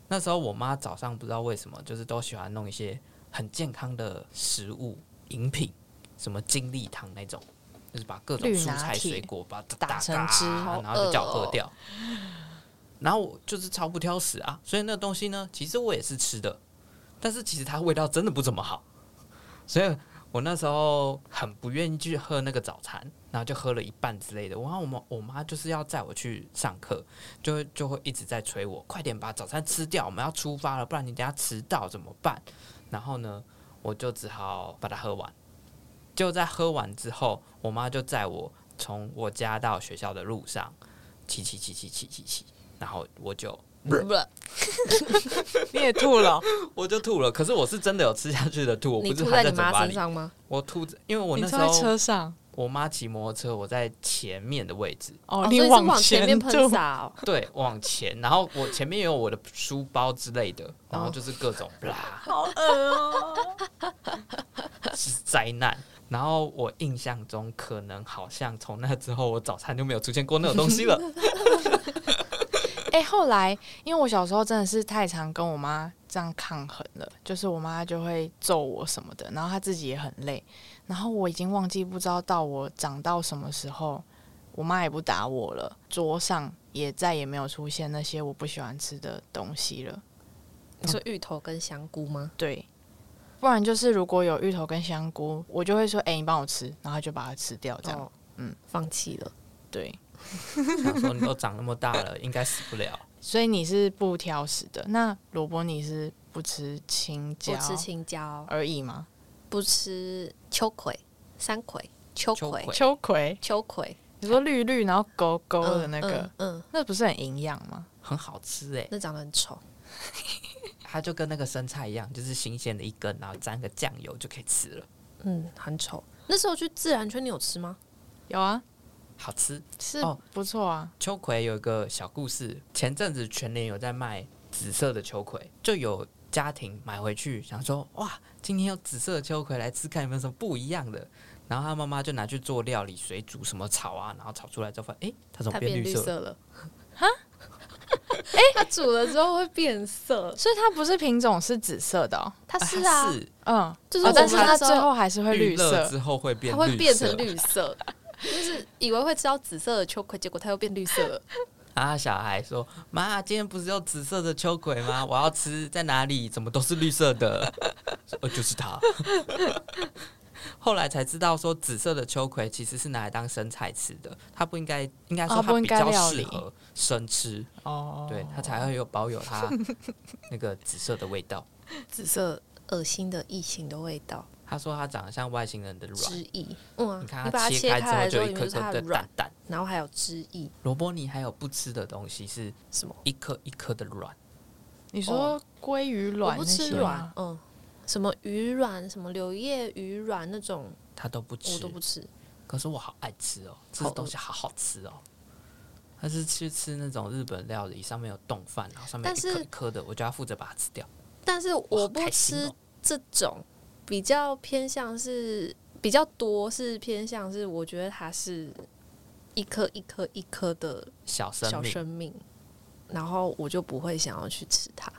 S2: 那时候我妈早上不知道为什么，就是都喜欢弄一些很健康的食物饮品，什么精力汤那种，就是把各种蔬菜水果把它
S1: 打成汁，
S2: 然后就叫我喝掉。然后我就是超不挑食啊，所以那个东西呢，其实我也是吃的，但是其实它味道真的不怎么好，所以我那时候很不愿意去喝那个早餐，然后就喝了一半之类的。然后我妈我妈就是要载我去上课，就会就会一直在催我，快点把早餐吃掉，我们要出发了，不然你等一下迟到怎么办？然后呢，我就只好把它喝完。就在喝完之后，我妈就载我从我家到学校的路上骑骑骑骑骑骑骑，然后我就。
S1: 你也吐了、哦，
S2: 我就吐了。可是我是真的有吃下去的吐，我不是含在嘴巴里。
S3: 你吐在你妈身上吗？
S2: 我吐，因为我那时候
S1: 你在车上，
S2: 我妈骑摩托车，我在前面的位置。
S1: 哦，你往
S3: 前面喷洒哦。
S2: 对，往前，然后我前面也有我的书包之类的，然后就是各种啦，
S1: 好恶哦，
S2: 是灾难。然后我印象中，可能好像从那之后，我早餐就没有出现过那种东西了。
S1: 哎、欸，后来因为我小时候真的是太常跟我妈这样抗衡了，就是我妈就会揍我什么的，然后她自己也很累，然后我已经忘记不知道到我长到什么时候，我妈也不打我了，桌上也再也没有出现那些我不喜欢吃的东西了。
S3: 你说芋头跟香菇吗？
S1: 对，不然就是如果有芋头跟香菇，我就会说：“哎、欸，你帮我吃。”然后就把它吃掉，这样，哦、
S3: 嗯，放弃了。
S1: 对。
S2: 想说你都长那么大了，应该死不了。
S1: 所以你是不挑食的。那萝卜你是不吃青椒？
S3: 不吃青椒
S1: 而已吗？
S3: 不吃秋葵、山葵、秋葵、
S1: 秋葵、
S3: 秋葵。
S1: 你说绿绿然后勾勾的那个，
S3: 嗯，嗯嗯
S1: 那不是很营养吗？
S2: 很好吃哎、欸，
S3: 那长得很丑。
S2: 它就跟那个生菜一样，就是新鲜的一根，然后沾个酱油就可以吃了。
S3: 嗯，很丑。那时候去自然圈，你有吃吗？
S1: 有啊。
S2: 好吃
S1: 是哦，不错啊。
S2: 秋葵有一个小故事，前阵子全联有在卖紫色的秋葵，就有家庭买回去，想说哇，今天有紫色的秋葵来吃看有没有什么不一样的。然后他妈妈就拿去做料理，水煮什么炒啊，然后炒出来之后发现，哎，它怎么变绿色
S3: 了？哈？哎，它煮了之后会变色，
S1: 所以它不是品种是紫色的哦。
S3: 它是啊，
S2: 啊是
S1: 嗯，
S3: 就是、
S1: 哦，但是它最后还是会绿色，
S2: 之后会变，
S3: 它会变成绿色。就是以为会吃到紫色的秋葵，结果它又变绿色了。
S2: 啊！小孩说：“妈，今天不是有紫色的秋葵吗？我要吃，在哪里？怎么都是绿色的？”呃，就是它。后来才知道，说紫色的秋葵其实是拿来当生菜吃的，它不应该，应该说它比较适合生吃哦，对，它才会有保有它那个紫色的味道。
S3: 紫色恶心的异形的味道。
S2: 他说他长得像外星人的卵
S3: 汁液，嗯，
S2: 你看
S3: 你把它
S2: 切
S3: 开之后
S2: 就一颗颗的蛋蛋，
S3: 然后还有汁液。
S2: 萝卜泥还有不吃的东西是
S3: 什么？
S2: 一颗一颗的卵。
S1: 你说鲑鱼卵？
S3: 我不吃卵，嗯，什么鱼卵，什么柳叶鱼卵那种，
S2: 他都不吃，
S3: 我都不吃。
S2: 可是我好爱吃哦，这东西好好吃哦。他是去吃那种日本料理，上面有冻饭，然后上面一颗一颗的，我就要负责把它吃掉。
S3: 但是我不吃这种。比较偏向是比较多是偏向是，我觉得它是一颗一颗一颗的
S2: 小生
S3: 小生命，然后我就不会想要去吃它。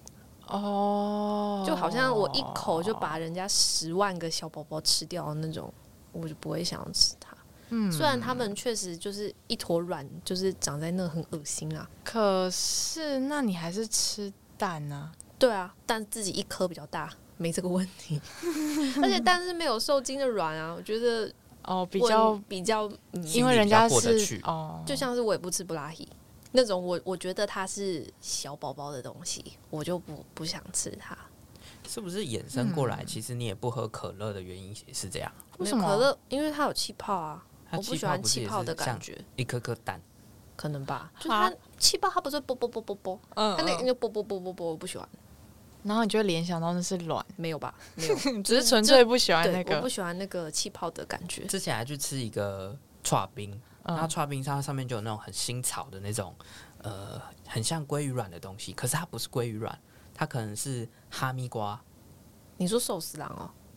S1: 哦，
S3: 就好像我一口就把人家十万个小宝宝吃掉的那种，我就不会想要吃它。嗯，虽然他们确实就是一坨卵，就是长在那很恶心啊。
S1: 可是那你还是吃蛋啊？
S3: 对啊，但自己一颗比较大。没这个问题，而且但是没有受精的卵啊，我觉得
S1: 哦比较
S3: 比较、
S1: 嗯，因为人家是
S3: 哦，就像是我也不吃布拉希那种，我我觉得它是小宝宝的东西，我就不不想吃它。
S2: 是不是衍生过来、嗯？其实你也不喝可乐的原因也是这样。
S3: 为什么可乐？因为它有气泡啊，我不喜欢气泡的感觉，
S2: 一颗颗蛋，
S3: 可能吧。就是它气泡，它不是啵啵啵啵啵，嗯，它那个就啵啵啵啵啵，我不喜欢。
S1: 然后你就会联想到那是卵，
S3: 没有吧？没有，
S1: 只是纯粹不喜欢那个。
S3: 我不喜欢那个气泡的感觉。
S2: 之前还去吃一个剉冰，嗯、然后剉冰上上面就有那种很新潮的那种，呃，很像鲑鱼卵的东西，可是它不是鲑鱼卵，它可能是哈密瓜。
S3: 你说寿司郎哦？
S2: 对，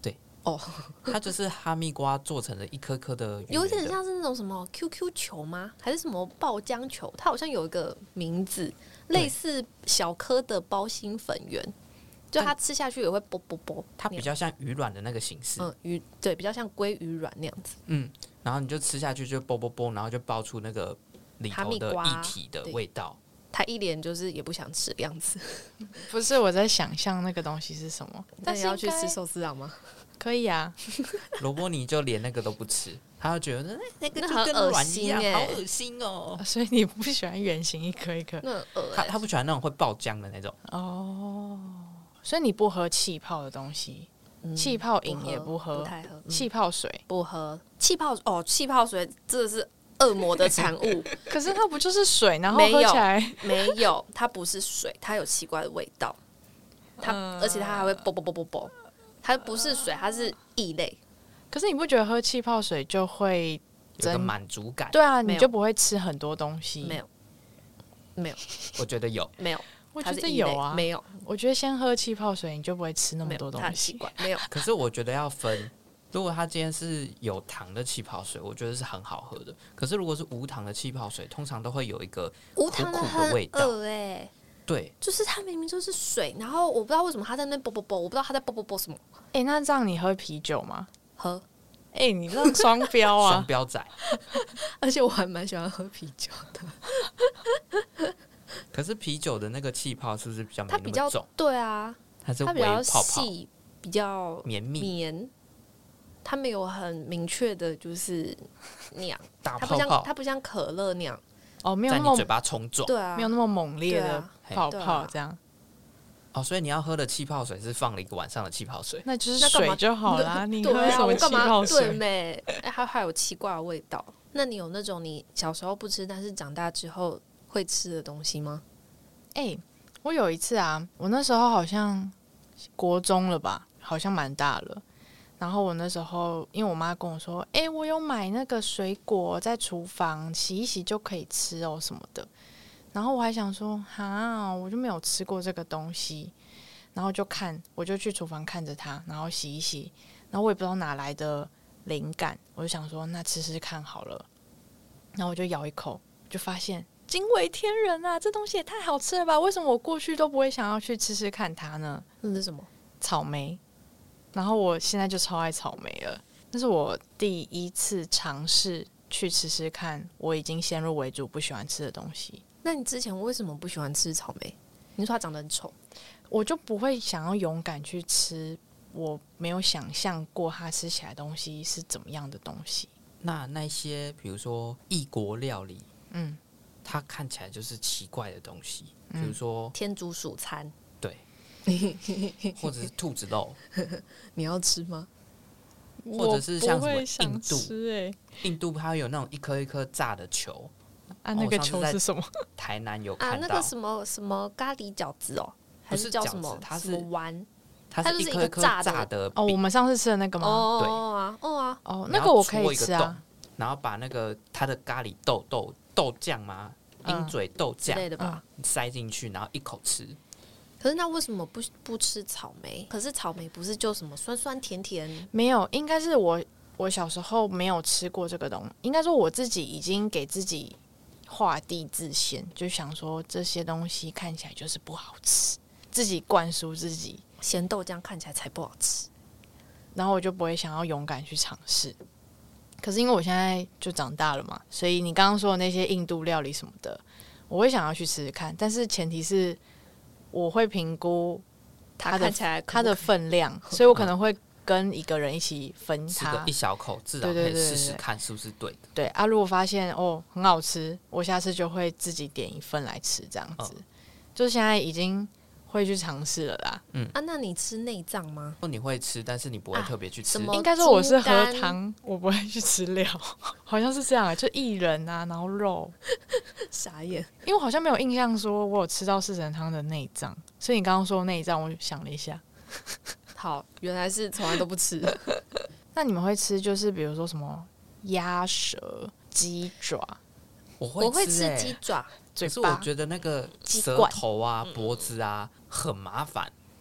S3: 哦，
S2: 它就是哈密瓜做成了一颗颗的圆圆的，
S3: 有点像是那种什么 Q Q 球吗？还是什么爆浆球？它好像有一个名字，类似小颗的包心粉圆，就它吃下去也会啵啵啵。
S2: 它比较像鱼卵的那个形式，
S3: 嗯，鱼对，比较像鲑鱼卵那样子。
S2: 嗯，然后你就吃下去就啵啵啵，然后就爆出那个里头的液体的味道。
S3: 他一脸就是也不想吃的样子。
S1: 不是我在想象那个东西是什么，
S3: 但是要去吃寿司郎吗？
S1: 可以啊。
S2: 罗伯尼就连那个都不吃，他就觉得那个就
S3: 跟
S2: 卵一样，好恶心哦。
S1: 所以你不喜欢圆形一颗一颗？
S3: 那
S2: 他他不喜欢那种会爆浆的那种。
S1: 哦，所以你不喝气泡的东西，气泡饮也不喝，
S3: 不太喝。
S1: 气泡水
S3: 不喝，气泡哦，气泡水真的是恶魔的产物。
S1: 可是它不就是水？然后喝起来
S3: 没有，它不是水，它有奇怪的味道。它、嗯、而且它还会啵啵啵啵啵，它不是水，它是异类。
S1: 可是你不觉得喝气泡水就会
S2: 有个满足感？
S1: 对啊，你就不会吃很多东西。
S3: 没有，没有，
S2: 我觉得有，
S3: 没有，
S1: 我觉得有啊，
S3: 没有。
S1: 我觉得先喝气泡水，你就不会吃那么多东西。
S3: 它奇怪，没有。
S2: 可是我觉得要分。如果它今天是有糖的气泡水，我觉得是很好喝的。可是如果是无糖的气泡水，通常都会有一个苦苦的味道。
S3: 无糖的很恶欸，
S2: 对，
S3: 就是它明明就是水，然后我不知道为什么它在那啵啵啵，我不知道它在啵啵啵什么。
S1: 哎、欸，那这样你喝啤酒吗？
S3: 喝。
S1: 哎、欸，你这样双标啊！
S2: 双标仔。
S3: 而且我还蛮喜欢喝啤酒的。
S2: 可是啤酒的那个气泡是不是比较没
S3: 它比较
S2: 重？
S3: 对啊，
S2: 它是
S3: 它比较
S2: 细，泡泡
S3: 比较
S2: 绵密
S3: 绵。它没有很明确的，就是那样，
S2: 大
S3: 泡泡，它不像它不像可乐那样，
S1: 哦，没有那么
S2: 在你嘴巴冲撞，
S3: 对啊，
S1: 没有那么猛烈的泡
S3: 啊
S1: 泡这样。
S3: 啊、
S2: 哦，所以你要喝的气泡水是放了一个晚上的气泡水，
S1: 那就是水就好啦。你喝什么气泡水？
S3: 对没？哎，还还有奇怪的味道。那你有那种你小时候不吃，但是长大之后会吃的东西吗？
S1: 哎、欸，我有一次啊，我那时候好像国中了吧，好像蛮大了。然后我那时候，因为我妈跟我说：“哎、欸，我有买那个水果在厨房洗一洗就可以吃哦什么的。”然后我还想说：“哈，我就没有吃过这个东西。”然后就看，我就去厨房看着它，然后洗一洗。然后我也不知道哪来的灵感，我就想说：“那吃吃看好了。”然后我就咬一口，就发现惊为天人啊！这东西也太好吃了吧？为什么我过去都不会想要去吃吃看它呢？
S3: 那是什么？
S1: 草莓。然后我现在就超爱草莓了，那是我第一次尝试去吃吃看我已经先入为主不喜欢吃的东西。
S3: 那你之前为什么不喜欢吃草莓？你说它长得很丑，
S1: 我就不会想要勇敢去吃我没有想象过它吃起来的东西是怎么样的东西。
S2: 那那些比如说异国料理，
S1: 嗯，
S2: 它看起来就是奇怪的东西，比如说、
S3: 嗯、天竺鼠餐。
S2: 或者是兔子肉，
S3: 你要吃吗？
S2: 或者是像什么印度，
S1: 欸、
S2: 印度它有那种一颗一颗炸的球
S1: 啊，那个球是什么？
S2: 台南有看到、
S3: 啊、那个什么什么咖喱饺子哦，还是叫什么？
S2: 它是
S3: 什么丸？
S2: 它是一颗一颗炸的
S1: 哦。我们上次吃的那个吗？
S3: 哦
S2: 对
S3: 啊，哦啊，
S1: 哦，那个我可以吃啊。
S2: 然后把那个它的咖喱豆豆豆酱嘛，鹰嘴豆酱
S3: 之类的吧，
S2: 塞进去，然后一口吃。
S3: 可是那为什么不不吃草莓？可是草莓不是就什么酸酸甜甜？
S1: 没有，应该是我我小时候没有吃过这个东西。应该说我自己已经给自己画地自限，就想说这些东西看起来就是不好吃，自己灌输自己
S3: 咸豆浆看起来才不好吃，
S1: 然后我就不会想要勇敢去尝试。可是因为我现在就长大了嘛，所以你刚刚说的那些印度料理什么的，我会想要去试试看，但是前提是我会评估它的
S3: 看起来可不可以
S1: 它的分量，所以我可能会跟一个人一起分它，
S2: 吃个一小口，至少可以试试看是不是对的。
S1: 对，对啊，如果发现哦很好吃，我下次就会自己点一份来吃，这样子。嗯、就是现在已经会去尝试了啦。
S3: 嗯啊，那你吃内脏吗？
S2: 你会吃，但是你不会特别去吃。
S1: 啊、应该说我是喝汤，我不会去吃料，好像是这样、欸，就薏仁啊，然后肉。
S3: 傻眼，
S1: 因为我好像没有印象说我有吃到四神汤的内脏，所以你刚刚说内脏，我就想了一下。
S3: 好，原来是从来都不吃。
S1: 那你们会吃就是比如说什么鸭舌、鸡爪？
S2: 我会吃、欸，
S3: 我会吃鸡爪。
S2: 可是我觉得那个舌头啊、脖子啊很麻烦。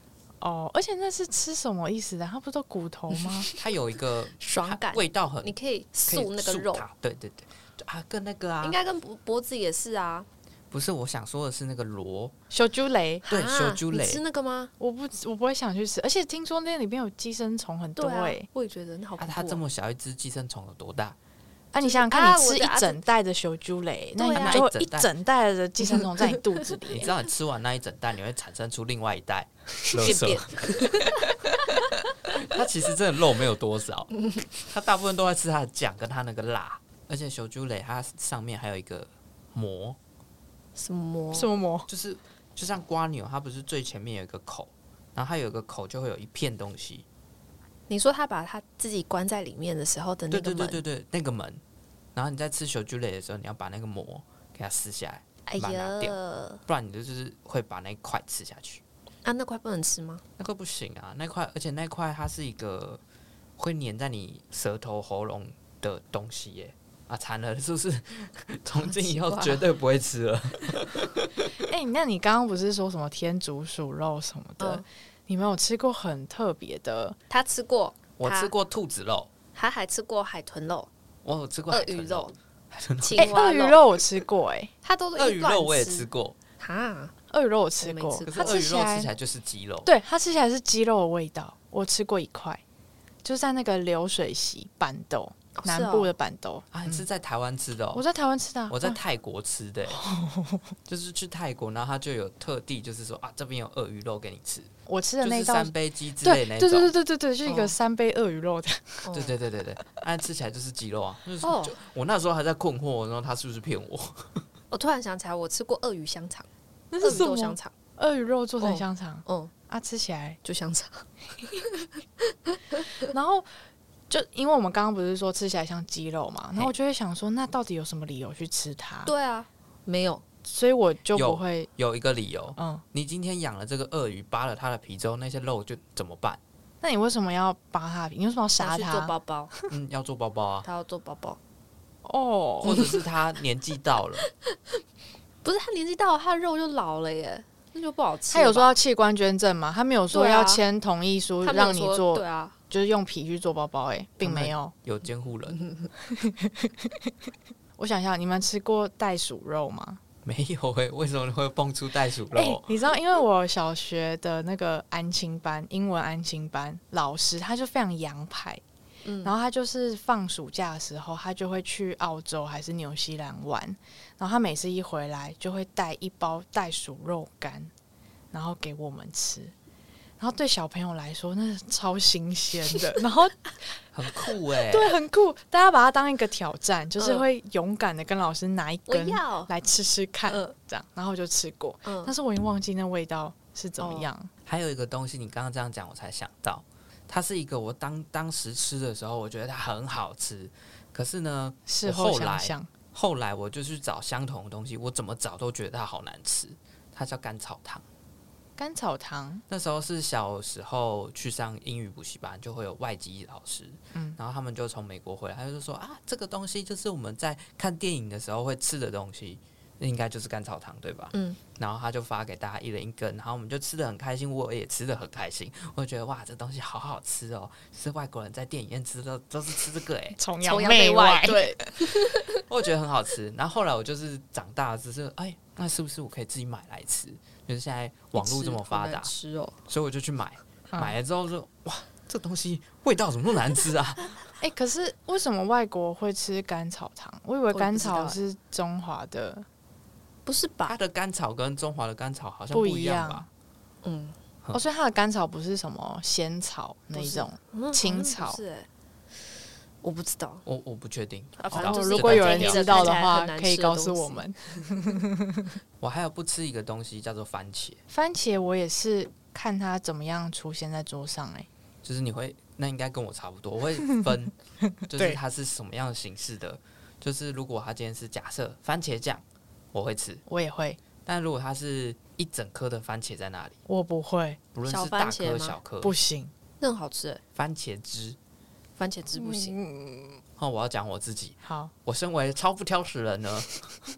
S1: 哦，而且那是吃什么意思的？它不都骨头吗？
S2: 它有一个
S3: 爽感，
S2: 味道很，
S3: 你可以塑那个肉。
S2: 对对对，啊，跟那个啊，
S3: 应该跟脖子也是啊。
S2: 不是，我想说的是那个螺
S1: 小猪雷，
S2: 对，小猪雷，
S3: 你吃那个吗？
S1: 我不，我不会想去吃，而且听说那里面有寄生虫很多哎、
S3: 啊，我也觉得那好恐怖、哦。
S2: 啊，它这么小一只寄生虫有多大？
S1: 啊，你想想看，你吃一整袋的小猪雷，那你就一整袋的寄生虫在你肚子里。
S2: 你知道，你吃完那一整袋，你会产生出另外一袋垃圾。它其实真的肉没有多少，它大部分都在吃它的酱跟它那个辣，而且小猪雷它上面还有一个膜。
S3: 什么膜？
S1: 什么膜？
S2: 就是就像瓜牛，它不是最前面有一个口，然后它有一个口就会有一片东西。
S3: 你说他把他自己关在里面的时候的那个门，
S2: 对对对对对，那个门。然后你在吃小猪雷的时候，你要把那个膜给它撕下来，
S3: 哎
S2: 把它拿掉，不然你就是会把那一块吃下去。
S3: 啊，那块不能吃吗？
S2: 那块不行啊，那块而且那块它是一个会粘在你舌头喉咙的东西耶。啊，惨了，是不是？从今以后绝对不会吃了。
S1: 哎、欸，那你刚刚不是说什么天竺鼠肉什么的？嗯、你们有吃过很特别的？
S3: 他吃过，
S2: 我吃过兔子肉，
S3: 他还吃过海豚肉，
S2: 我有吃过鳄鱼肉、
S3: 青蛙
S1: 肉。鳄鱼肉我吃过、欸，哎，
S3: 他都
S2: 鳄鱼肉我也吃过。
S3: 哈，
S1: 鳄鱼肉我吃过，
S2: 可是鳄鱼肉吃起来就是鸡肉，
S1: 对，它吃起来是鸡肉的味道。我吃过一块，就在那个流水席板豆。南部的板豆
S2: 啊，你是在台湾吃的、哦？
S1: 我在台湾吃的、啊，
S2: 我在泰国吃的、哦，就是去泰国，然后他就有特地就是说啊，这边有鳄鱼肉给你吃。
S1: 我吃的那道、
S2: 就是、三杯鸡之类那种，
S1: 对对对对对，就一个三杯鳄鱼肉的。
S2: 对对对对对，按、啊、吃起来就是鸡肉啊。就是哦、我那时候还在困惑，然后他是不是骗我？
S3: 我突然想起来，我吃过鳄鱼香肠，
S1: 那是什么？
S3: 鳄鱼香肠，
S1: 鳄鱼肉做成香肠，
S3: 嗯，
S1: 啊，吃起来
S3: 就香肠。
S1: 然后。就因为我们刚刚不是说吃起来像鸡肉嘛，然后我就会想说，那到底有什么理由去吃它？
S3: 对啊，没有，
S1: 所以我就不会
S2: 有, 有一个理由，
S1: 嗯，
S2: 你今天养了这个鳄鱼，扒了它的皮之后，那些肉就怎么办？
S1: 那你为什么要扒它的皮？你为什么要杀它？
S3: 做包包，
S2: 嗯，要做包包啊，
S3: 他要做包包，
S1: 哦，
S2: 或者是他年纪到了，
S3: 不是他年纪到了，他的肉就老了耶，那就不好吃。
S1: 他有说要器官捐赠吗？他没有说要签同意书让你做，
S3: 对啊。
S1: 就是用皮去做包包、欸，哎，并没有
S2: 有监护人。
S1: 我想一下，你们吃过袋鼠肉吗？
S2: 没有哎、欸，为什么会蹦出袋鼠肉、欸？
S1: 你知道，因为我小学的那个安亲班，英文安亲班老师，他就非常洋派，嗯，然后他就是放暑假的时候，他就会去澳洲还是纽西兰玩，然后他每次一回来就会带一包袋鼠肉干，然后给我们吃。然后对小朋友来说，那是超新鲜的，然后
S2: 很酷哎、欸，
S1: 对，很酷。大家把它当一个挑战，就是会勇敢的跟老师拿一根来吃吃看，这样。然后我就吃过，嗯、但是我已经忘记那味道是怎么样。哦、
S2: 还有一个东西，你刚刚这样讲，我才想到，它是一个我当当时吃的时候，我觉得它很好吃。可是呢，
S1: 事后想想，
S2: 后来我就去找相同的东西，我怎么找都觉得它好难吃。它叫甘草汤。
S1: 甘草汤
S2: 那时候是小时候去上英语补习班，就会有外籍老师，嗯，然后他们就从美国回来，他就说啊，这个东西就是我们在看电影的时候会吃的东西，应该就是甘草汤对吧？嗯，然后他就发给大家一人一根，然后我们就吃得很开心，我也吃得很开心，我就觉得哇，这东西好好吃哦，是外国人在电影院吃的都是吃这个哎，
S1: 崇洋媚外，
S2: 对，我觉得很好吃。然后后来我就是长大了，只是哎，那是不是我可以自己买来吃？就是现在网络这么发达，
S3: 吃哦，
S2: 所以我就去买，嗯、买了之后就哇，这东西味道怎么那么难吃啊？
S1: 哎、欸，可是为什么外国会吃甘草汤？我以为甘草是中华的，
S3: 不是吧？
S2: 它的甘草跟中华的甘草好像不一样吧？
S1: 嗯，哦，所以它的甘草不是什么仙草那种青草，
S3: 是哎、欸。我不知道，
S2: 我我不确定。
S1: 啊、反正如果有人知道的话，可以告诉我们。
S2: 我还有不吃一个东西叫做番茄。
S1: 番茄我也是看它怎么样出现在桌上、欸，哎，
S2: 就是你会，那应该跟我差不多，我会分，就是它是什么样的形式的。就是如果它今天是假设番茄酱，我会吃，
S1: 我也会。
S2: 但如果它是一整颗的番茄在那里，
S1: 我不会。
S2: 不论是大颗小颗，
S1: 不行，
S3: 那很好吃、欸。
S2: 番茄汁。
S3: 番茄汁不行。
S2: 嗯，好，我要讲我自己。
S1: 好，
S2: 我身为超不挑食人呢，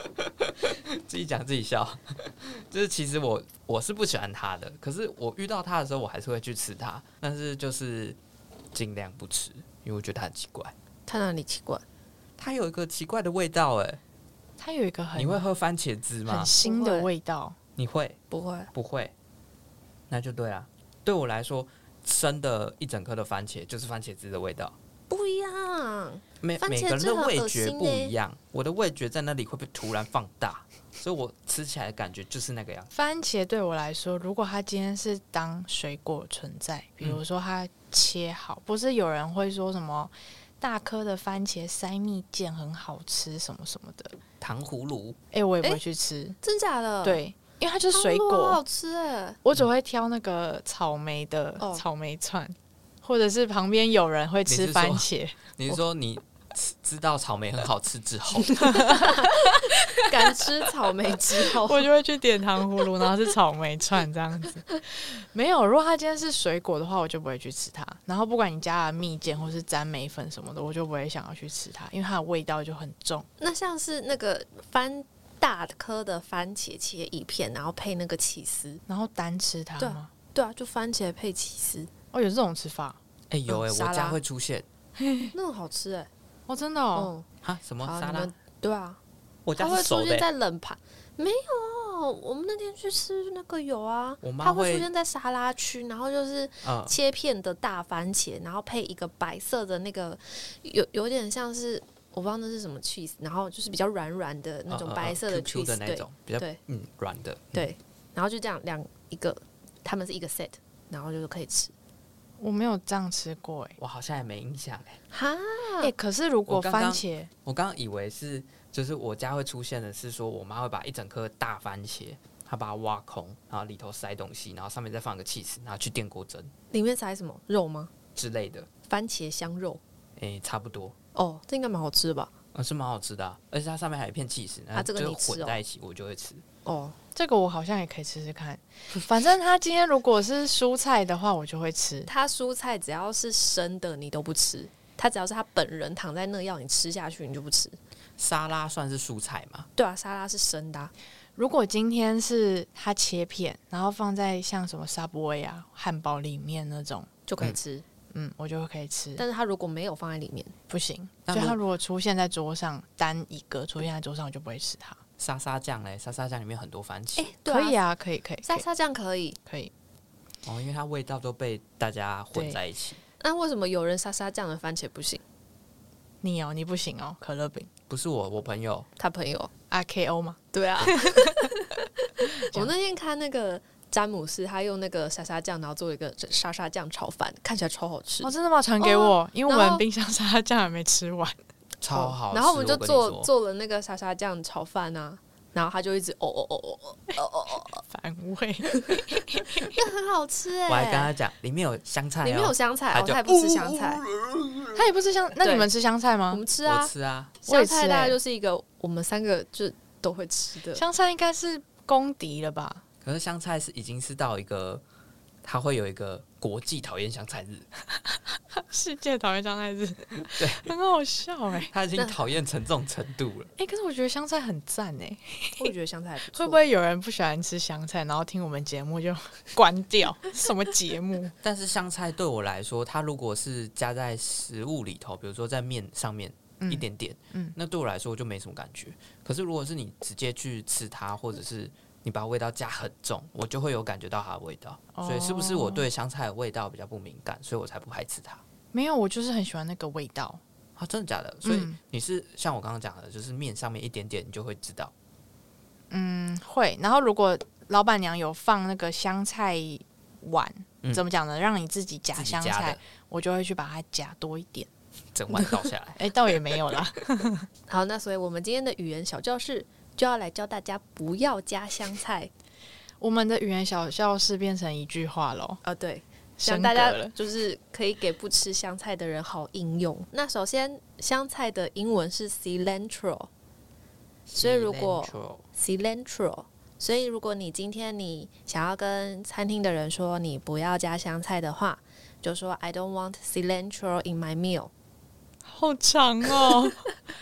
S2: 自己讲自己笑。就是其实我我是不喜欢它的，可是我遇到它的时候，我还是会去吃它，但是就是尽量不吃，因为我觉得它很奇怪。
S3: 它哪里奇怪？
S2: 它有一个奇怪的味道，哎，
S1: 它有一个很
S2: 你会喝番茄汁吗？
S1: 很新的味道。
S2: 你会？
S3: 不会，
S2: 不会，那就对了。对我来说，生的一整颗的番茄就是番茄汁的味道，
S3: 不一样。
S2: 每每个人的味觉不一样，我的味觉在那里会被突然放大，所以我吃起来的感觉就是那个样子。
S1: 番茄对我来说，如果它今天是当水果存在，比如说它切好，嗯、不是有人会说什么大颗的番茄塞蜜饯很好吃什么什么的，
S2: 糖葫芦，
S1: 哎、欸，我也不会去吃，
S3: 真假的？
S1: 对。因为它就是水果，
S3: 好好吃哎！
S1: 我只会挑那个草莓的草莓串，嗯、或者是旁边有人会吃番茄。
S2: 你是说你知道草莓很好吃之后，
S3: 敢吃草莓之后，
S1: 我就会去点糖葫芦，然后是草莓串这样子。没有，如果它今天是水果的话，我就不会去吃它。然后不管你加了蜜饯或是沾梅粉什么的，我就不会想要去吃它，因为它的味道就很重。
S3: 那像是那个番。大颗的番茄切一片，然后配那个起司，
S1: 然后单吃它吗？
S3: 对啊，就番茄配起司。
S1: 哦，有这种吃法？
S2: 哎、欸，有哎、欸嗯，我家会出现，
S3: 那种好吃哎、欸。
S1: 哦，真的哦。
S2: 哈、嗯，什么沙拉？
S3: 对啊，
S2: 我家是熟的、欸。
S3: 它会出现在冷盘，没有。我们那天去吃那个有啊，
S2: 我妈
S3: 它会出现在沙拉区，然后就是切片的大番茄，
S2: 嗯、
S3: 然后配一个白色的那个，有有点像是。我不知道那是什么 cheese， 然后就是比较软软的那种白色的 cheese，、
S2: 呃呃、的那种，比较
S3: 对，
S2: 嗯软的，
S3: 对，然后就这样两一个，他们是一个 set， 然后就是可以吃。
S1: 我没有这样吃过哎、欸，
S2: 我好像也没印象哎、
S3: 欸。哈，
S1: 哎、欸，可是如果番茄，
S2: 我刚刚以为是，就是我家会出现的是说，我妈会把一整颗大番茄，她把它挖空，然后里头塞东西，然后上面再放个 cheese， 然后去电锅蒸。
S3: 里面塞什么肉吗？
S2: 之类的，
S3: 番茄香肉。
S2: 哎、欸，差不多。
S3: 哦，这应该蛮好吃的吧？
S2: 啊，是蛮好吃的、啊，而且它上面还有一片起司，然后就混在一起，我就会吃。
S3: 哦，
S1: 这个我好像也可以吃吃看。反正它今天如果是蔬菜的话，我就会吃。
S3: 它蔬菜只要是生的，你都不吃；它只要是它本人躺在那要你吃下去，你就不吃。
S2: 沙拉算是蔬菜吗？
S3: 对啊，沙拉是生的、啊。
S1: 如果今天是它切片，然后放在像什么 Subway 啊、汉堡里面那种，
S3: 就可以吃。
S1: 嗯嗯，我就可以吃，
S3: 但是它如果没有放在里面，
S1: 不行。就它如果出现在桌上，单一个出现在桌上，我就不会吃它。
S2: 沙沙酱嘞，沙沙酱里面很多番茄，
S3: 欸
S1: 啊、可以啊，可以可以。
S3: 沙沙酱可以，
S1: 可以。
S2: 哦，因为它味道都被大家混在一起。
S3: 那为什么有人沙沙酱的番茄不行？
S1: 你哦，你不行哦，可乐饼。
S2: 不是我，我朋友，
S3: 他朋友
S1: R K O 吗？
S3: 对啊。我那天看那个。詹姆斯他用那个沙沙酱，然后做一个沙沙酱炒饭，看起来超好吃。
S1: 哦，真的吗？传给我，哦、因为我们冰箱沙沙酱还没吃完，
S2: 超好吃。
S3: 然后我们就做做了那个沙沙酱炒饭啊，然后他就一直哦哦哦哦哦哦哦，
S1: 反胃，
S3: 那很好吃哎、欸。
S2: 我还跟他讲，里面有香菜、哦，
S3: 里面有香菜，他也、哦、不吃香菜，
S1: 他也不吃香。那你们吃香菜吗？
S3: 我们吃啊，
S2: 我吃啊。
S3: 香菜大概就是一个我们三个就都会吃的。
S1: 香菜应该是公敌了吧？
S2: 可是香菜是已经是到一个，它会有一个国际讨厌香菜日，
S1: 世界讨厌香菜日，
S2: 对，
S1: 很好笑哎、欸，
S2: 他已经讨厌成这种程度了。
S1: 哎、欸，可是我觉得香菜很赞哎、欸，
S3: 我觉得香菜还不错。
S1: 会不会有人不喜欢吃香菜，然后听我们节目就关掉？什么节目？
S2: 但是香菜对我来说，它如果是加在食物里头，比如说在面上面一点点，嗯，嗯那对我来说我就没什么感觉。可是如果是你直接去吃它，或者是你把味道加很重，我就会有感觉到它的味道。哦、所以是不是我对香菜的味道比较不敏感，所以我才不排斥它？
S1: 没有，我就是很喜欢那个味道。
S2: 啊，真的假的？所以你是像我刚刚讲的，就是面上面一点点，你就会知道。
S1: 嗯，会。然后如果老板娘有放那个香菜碗，嗯、怎么讲呢？让你自己夹香菜，我就会去把它夹多一点，
S2: 整碗倒下来。
S1: 哎、欸，倒也没有啦。
S3: 好，那所以我们今天的语言小教室就要来教大家不要加香菜。
S1: 我们的语言小教室变成一句话咯。
S3: 哦，对，让大家就是可以给不吃香菜的人好应用。那首先，香菜的英文是 cilantro， 所以如果 cilantro， 所以如果你今天你想要跟餐厅的人说你不要加香菜的话，就说 I don't want cilantro in my meal。
S1: 好长哦。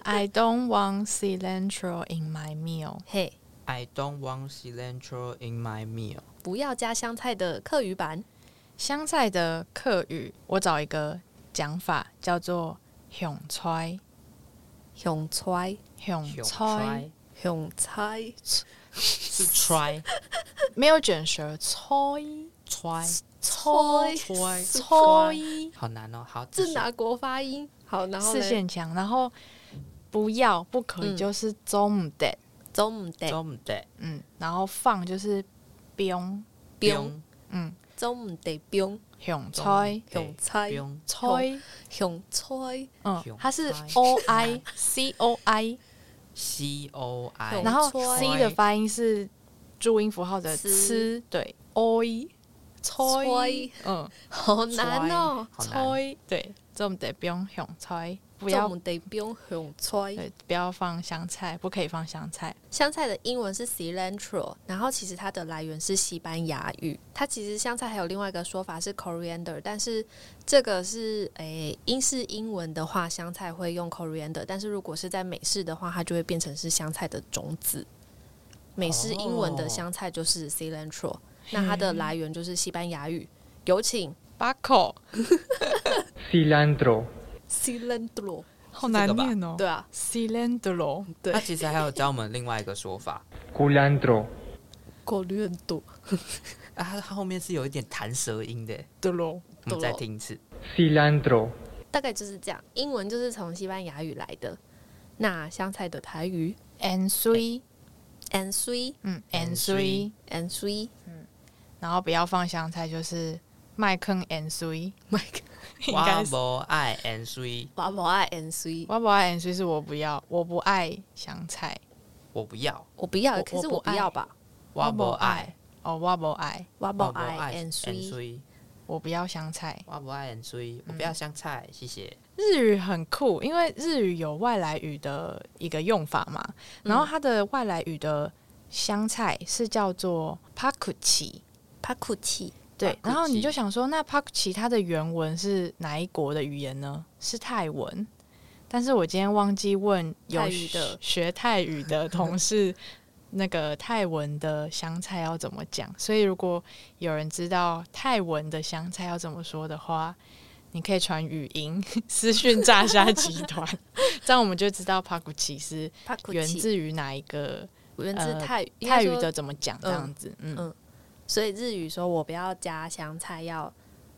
S1: I don't want cilantro in my meal.
S3: 嘿、
S2: hey, I don't want cilantro in my meal.
S3: 不要加香菜的客语版。
S1: 香菜的客语，我找一个讲法叫做“香菜”。
S3: 香菜，
S1: 香菜，
S3: 香菜
S2: 是 try，
S1: 没有卷舌，菜
S2: ，try，
S1: 菜
S2: 菜，好难哦。好，
S3: 这哪国发音？好，然后
S1: 四线腔，然后不要不可以就是做唔得，
S3: 做唔得，
S2: 做唔得，
S1: 嗯，然后放就是冰
S3: 冰，
S1: 嗯，
S3: 做唔得冰，
S1: 香菜，
S3: 香菜，
S1: 菜，
S3: 香菜，
S1: 嗯，它是 O I C O I
S2: C O I，
S1: 然后 C 的发音是注音符号的吃，对 ，O I 菜，嗯，
S3: 好难哦，
S1: 菜，对，做唔得冰香菜。不要
S3: 得不用香菜，
S1: 对，不要放香菜，不可以放香菜。
S3: 香菜的英文是 cilantro， 然后其实它的来源是西班牙语。它其实香菜还有另外一个说法是 coriander， 但是这个是诶英式英文的话，香菜会用 coriander， 但是如果是在美式的话，它就会变成是香菜的种子。美式英文的香菜就是 cilantro，、哦、那它的来源就是西班牙语。有请
S1: Baco
S3: cilantro。cilantro
S1: 好难念哦。
S3: 对啊
S1: ，cilantro。对，
S2: 他其实还有教我们另外一个说法
S3: ，cilantro。cilantro
S2: 啊，它后面是有一点弹舌音的。
S1: 对咯，
S2: 我们再听一次
S4: cilantro。
S3: 大概就是这样，英文就是从西班牙语来的。那香菜的台语
S1: ，and sweet，and
S3: sweet，
S1: 嗯 ，and sweet，and
S3: sweet，
S1: 嗯，然后不要放香菜，就是麦坑 and sweet，
S3: 麦坑。
S2: 我不爱 and sweet，
S3: 我不爱 and sweet，
S1: 我不爱 and sweet 是我不要，我不爱香菜，
S2: 我不要，
S3: 我不要，可是我不要吧？
S2: 我不爱，
S1: 哦，我不爱，
S3: 我不爱 and sweet，
S1: 我不要香菜，
S2: 我不爱 and sweet， 我不要香菜，谢谢。
S1: 日语很酷，因为日语有外来语的一个用法嘛，然后它的外来语的香菜是叫做 pakuchi，pakuchi。对，然后你就想说，那 pakuchi 它的原文是哪一国的语言呢？是泰文。但是我今天忘记问有学泰语的同事，那个泰文的香菜要怎么讲。所以如果有人知道泰文的香菜要怎么说的话，你可以传语音私讯炸虾集团，这样我们就知道 pakuchi 是源自于哪一个，
S3: 源自泰语、
S1: 呃、泰语的怎么讲这样子。嗯。嗯，
S3: 所以日语说我不要加香菜，要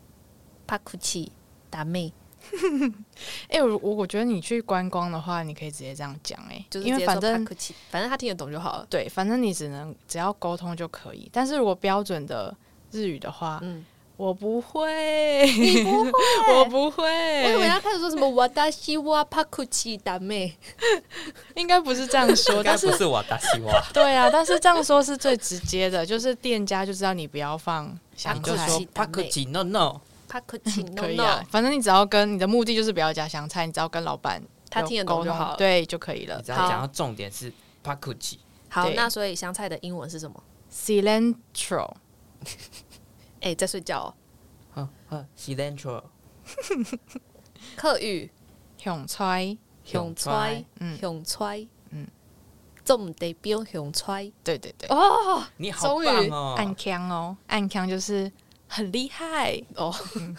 S3: pakuchi 打妹。
S1: 哎、欸，我我觉得你去观光的话，你可以直接这样讲，哎，
S3: 就是
S1: 因为反正
S3: 反正他听得懂就好了。
S1: 对，反正你只能只要沟通就可以。但是如果标准的日语的话，嗯，我不会，
S3: 你不会，
S1: 我不会。
S3: 我以为他开始说什么我达西哇 pakuchi 打妹，
S1: 应该不是这样说，但是
S2: 不是我达西哇。
S1: 对啊，但是这样说是最直接的，就是店家就知道你不要放香菜，
S2: 就说 pakuchi no no。
S3: pakuchi no no
S1: 可以啊，反正你只要跟你的目的就是不要加香菜，你只要跟老板
S3: 他听得懂就好了，
S1: 对就可以了。
S2: 你只要讲到重点是 pakuchi。
S3: 好，那所以香菜的英文是什么
S1: ？cilantro。
S3: 哎、欸，在睡觉
S2: 哦。呵 cilantro。
S3: 客语
S1: 香菜，
S3: 香菜，
S1: 嗯，
S3: 香菜，
S1: 嗯，
S3: 做唔得变香菜。
S1: 对对对。
S3: 哦，
S2: 你好棒哦！
S1: 暗腔哦，暗腔就是很厉害哦。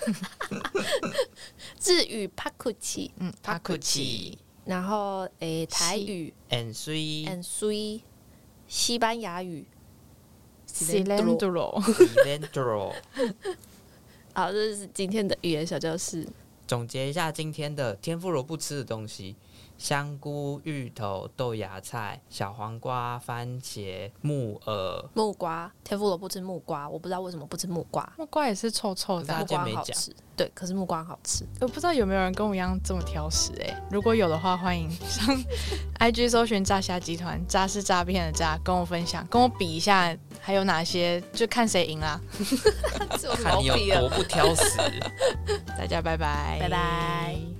S3: 日语 pakuchi，
S1: 嗯 pakuchi，
S3: 然后诶、欸、台语
S2: and sweet
S3: and sweet， 西班牙语
S1: cilantro
S2: cilantro。
S3: 好，这是今天的语言小教室。
S2: 总结一下今天的天妇罗不吃的东西：香菇、芋头、豆芽菜、小黄瓜、番茄、木耳。
S3: 木瓜，天妇罗不吃木瓜，我不知道为什么不吃木瓜。
S1: 木瓜也是臭臭的，
S3: 木瓜好吃，对，可是木瓜好吃。
S1: 我不知道有没有人跟我一样这么挑食哎、欸，如果有的话，欢迎上 I G 搜寻炸虾集团，炸是诈骗的炸，跟我分享，跟我比一下还有哪些，就看谁赢啦。
S2: 看你有多不挑食。
S1: 大家拜拜，
S3: 拜拜。